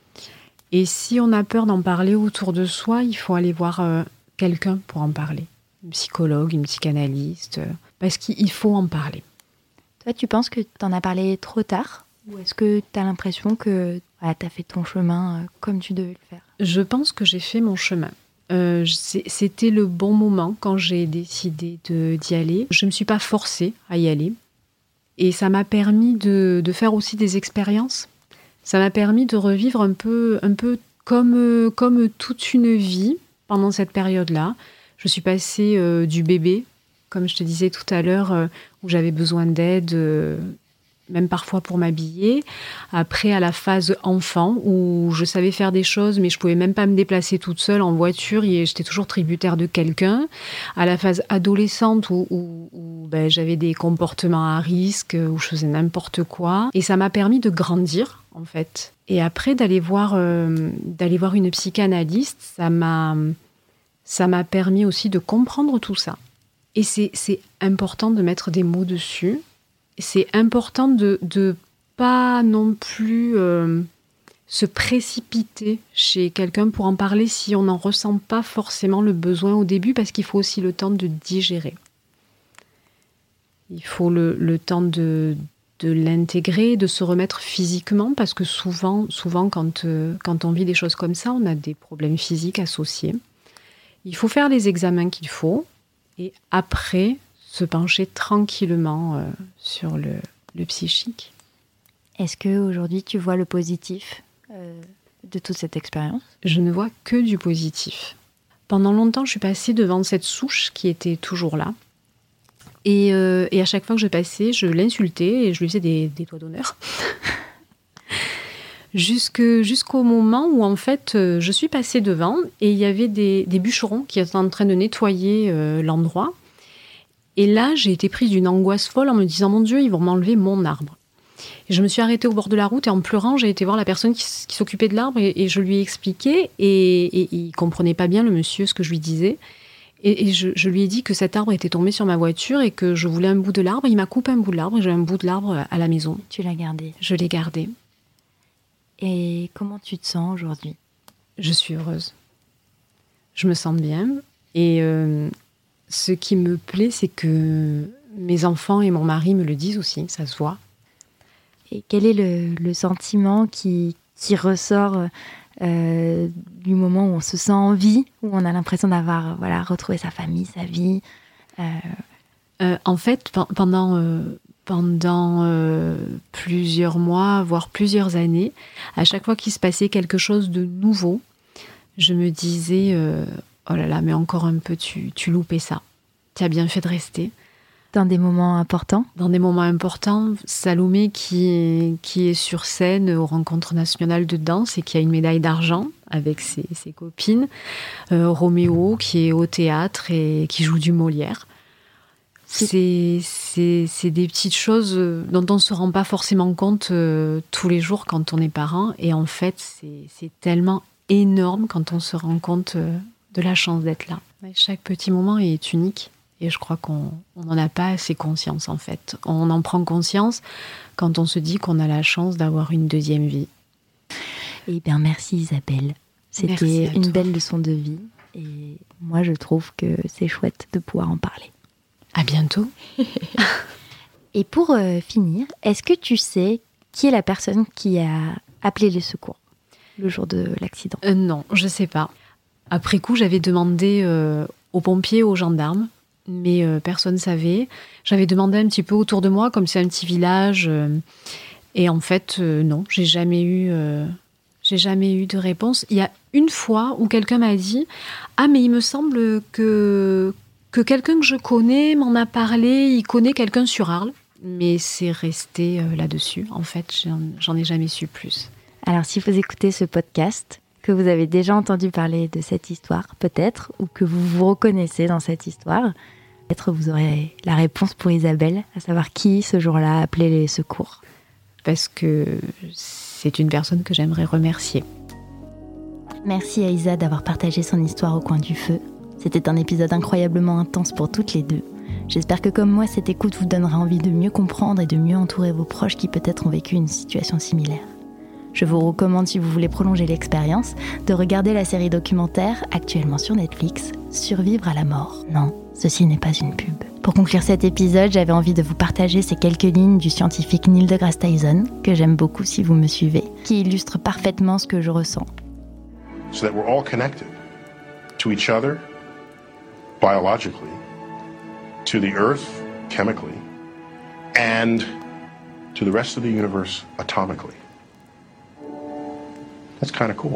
Et si on a peur d'en parler autour de soi, il faut aller voir euh, quelqu'un pour en parler. Un psychologue, une psychanalyste... Euh, parce qu'il faut en parler. Toi, tu penses que tu en as parlé trop tard? Ou est-ce que tu as l'impression que voilà, tu as fait ton chemin euh, comme tu devais le faire? Je pense que j'ai fait mon chemin. Euh, c'était le bon moment quand j'ai décidé de, d'y aller. Je ne me suis pas forcée à y aller. Et ça m'a permis de, de faire aussi des expériences. Ça m'a permis de revivre un peu, un peu comme, comme toute une vie pendant cette période-là. Je suis passée euh, du bébé, comme je te disais tout à l'heure, euh, où j'avais besoin d'aide, euh, même parfois pour m'habiller. Après, à la phase enfant, où je savais faire des choses, mais je ne pouvais même pas me déplacer toute seule en voiture, et j'étais toujours tributaire de quelqu'un. À la phase adolescente, où, où, où ben, j'avais des comportements à risque, où je faisais n'importe quoi. Et ça m'a permis de grandir, en fait. Et après, d'aller voir, euh, d'aller voir une psychanalyste, ça m'a, ça m'a permis aussi de comprendre tout ça. Et c'est, c'est important de mettre des mots dessus. C'est important de ne pas non plus euh, se précipiter chez quelqu'un pour en parler si on n'en ressent pas forcément le besoin au début, parce qu'il faut aussi le temps de digérer. Il faut le, le temps de, de l'intégrer, de se remettre physiquement, parce que souvent, souvent quand, euh, quand on vit des choses comme ça, on a des problèmes physiques associés. Il faut faire les examens qu'il faut. Et après, se pencher tranquillement euh, sur le, le psychique. Est-ce qu'aujourd'hui, tu vois le positif euh, de toute cette expérience? Je ne vois que du positif. Pendant longtemps, je suis passée devant cette souche qui était toujours là. Et, euh, et à chaque fois que je passais, je l'insultais et je lui faisais des, des doigts d'honneur. Jusque, jusqu'au moment où, en fait, euh, je suis passée devant et il y avait des, des bûcherons qui étaient en train de nettoyer euh, l'endroit. Et là, j'ai été prise d'une angoisse folle en me disant « Mon Dieu, ils vont m'enlever mon arbre ». Et je me suis arrêtée au bord de la route et en pleurant, j'ai été voir la personne qui, qui s'occupait de l'arbre et, et je lui ai expliqué. Et, et il ne comprenait pas bien, le monsieur, ce que je lui disais. Et, et je, je lui ai dit que cet arbre était tombé sur ma voiture et que je voulais un bout de l'arbre. Il m'a coupé un bout de l'arbre et j'ai un bout de l'arbre à la maison. Tu l'as gardé? Je l'ai gardé. Et comment tu te sens aujourd'hui? Je suis heureuse. Je me sens bien. Et euh, ce qui me plaît, c'est que mes enfants et mon mari me le disent aussi, ça se voit. Et quel est le, le sentiment qui, qui ressort euh, du moment où on se sent en vie, où on a l'impression d'avoir voilà, retrouvé sa famille, sa vie euh... Euh, En fait, pe- pendant, euh, pendant euh, plusieurs mois, voire plusieurs années, à chaque fois qu'il se passait quelque chose de nouveau, je me disais euh, « Oh là là, mais encore un peu, tu, tu loupais ça. Tu as bien fait de rester. » Dans des moments importants? Dans des moments importants, Salomé qui est, qui est sur scène aux Rencontres nationales de danse et qui a une médaille d'argent avec ses, ses copines. Euh, Roméo qui est au théâtre et qui joue du Molière. C'est, c'est, c'est des petites choses dont on ne se rend pas forcément compte euh, tous les jours quand on est parent. Et en fait, c'est, c'est tellement énorme quand on se rend compte euh, de la chance d'être là. Chaque petit moment est unique. Et je crois qu'on n'en a pas assez conscience, en fait. On en prend conscience quand on se dit qu'on a la chance d'avoir une deuxième vie. Eh bien, merci Isabelle. C'était une toi. belle leçon de vie. Et moi, je trouve que c'est chouette de pouvoir en parler. À bientôt. Et pour euh, finir, est-ce que tu sais qui est la personne qui a appelé les secours le jour de l'accident? euh, Non, je ne sais pas. Après coup, j'avais demandé euh, aux pompiers, aux gendarmes, mais euh, personne ne savait. J'avais demandé un petit peu autour de moi, comme c'est un petit village. Euh, et en fait, euh, non, j'ai jamais eu, euh, j'ai jamais eu de réponse. Il y a une fois où quelqu'un m'a dit « Ah, mais il me semble que, que quelqu'un que je connais m'en a parlé, il connaît quelqu'un sur Arles. » Mais c'est resté euh, là-dessus. En fait, j'en, j'en ai jamais su plus. Alors, si vous écoutez ce podcast, que vous avez déjà entendu parler de cette histoire, peut-être, ou que vous vous reconnaissez dans cette histoire, peut-être vous aurez la réponse pour Isabelle, à savoir qui, ce jour-là, a appelé les secours. Parce que c'est une personne que j'aimerais remercier. Merci à Isa d'avoir partagé son histoire au coin du feu. C'était un épisode incroyablement intense pour toutes les deux. J'espère que comme moi, cette écoute vous donnera envie de mieux comprendre et de mieux entourer vos proches qui peut-être ont vécu une situation similaire. Je vous recommande, si vous voulez prolonger l'expérience, de regarder la série documentaire, actuellement sur Netflix, Survivre à la mort. Non, ceci n'est pas une pub. Pour conclure cet épisode, j'avais envie de vous partager ces quelques lignes du scientifique Neil deGrasse Tyson, que j'aime beaucoup si vous me suivez, qui illustre parfaitement ce que je ressens. So that we're all connected to each other, biologically, to the earth, chemically, and to the rest of the universe, atomically. That's kind of cool.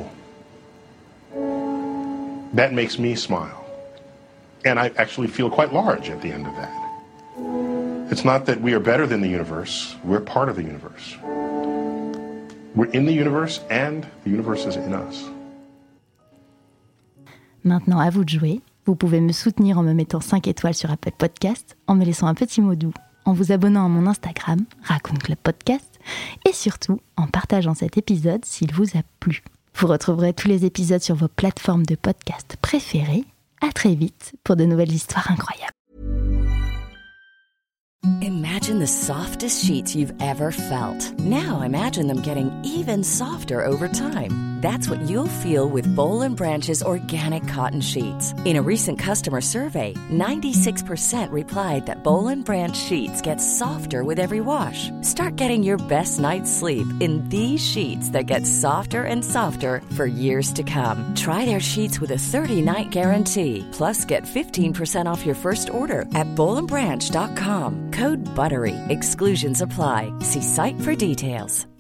That makes me smile. And I actually feel quite large at the end of that. It's not that we are better than the universe, we're part of the universe. We're in the universe and the universe is in us. Maintenant, à vous de jouer. Vous pouvez me soutenir en me mettant cinq étoiles sur Apple Podcast, en me laissant un petit mot doux, en vous abonnant à mon Instagram, Raccoon Club Podcast, et surtout en partageant cet épisode s'il vous a plu. Vous retrouverez tous les épisodes sur vos plateformes de podcast préférées. À très vite pour de nouvelles histoires incroyables. Imagine the softest sheets you've ever felt. Now imagine them getting even softer over time. That's what you'll feel with Boll and Branch's organic cotton sheets. In a recent customer survey, ninety-six percent replied that Boll and Branch sheets get softer with every wash. Start getting your best night's sleep in these sheets that get softer and softer for years to come. Try their sheets with a thirty-night guarantee. Plus, get fifteen percent off your first order at boll and branch dot com. Code BUTTERY. Exclusions apply. See site for details.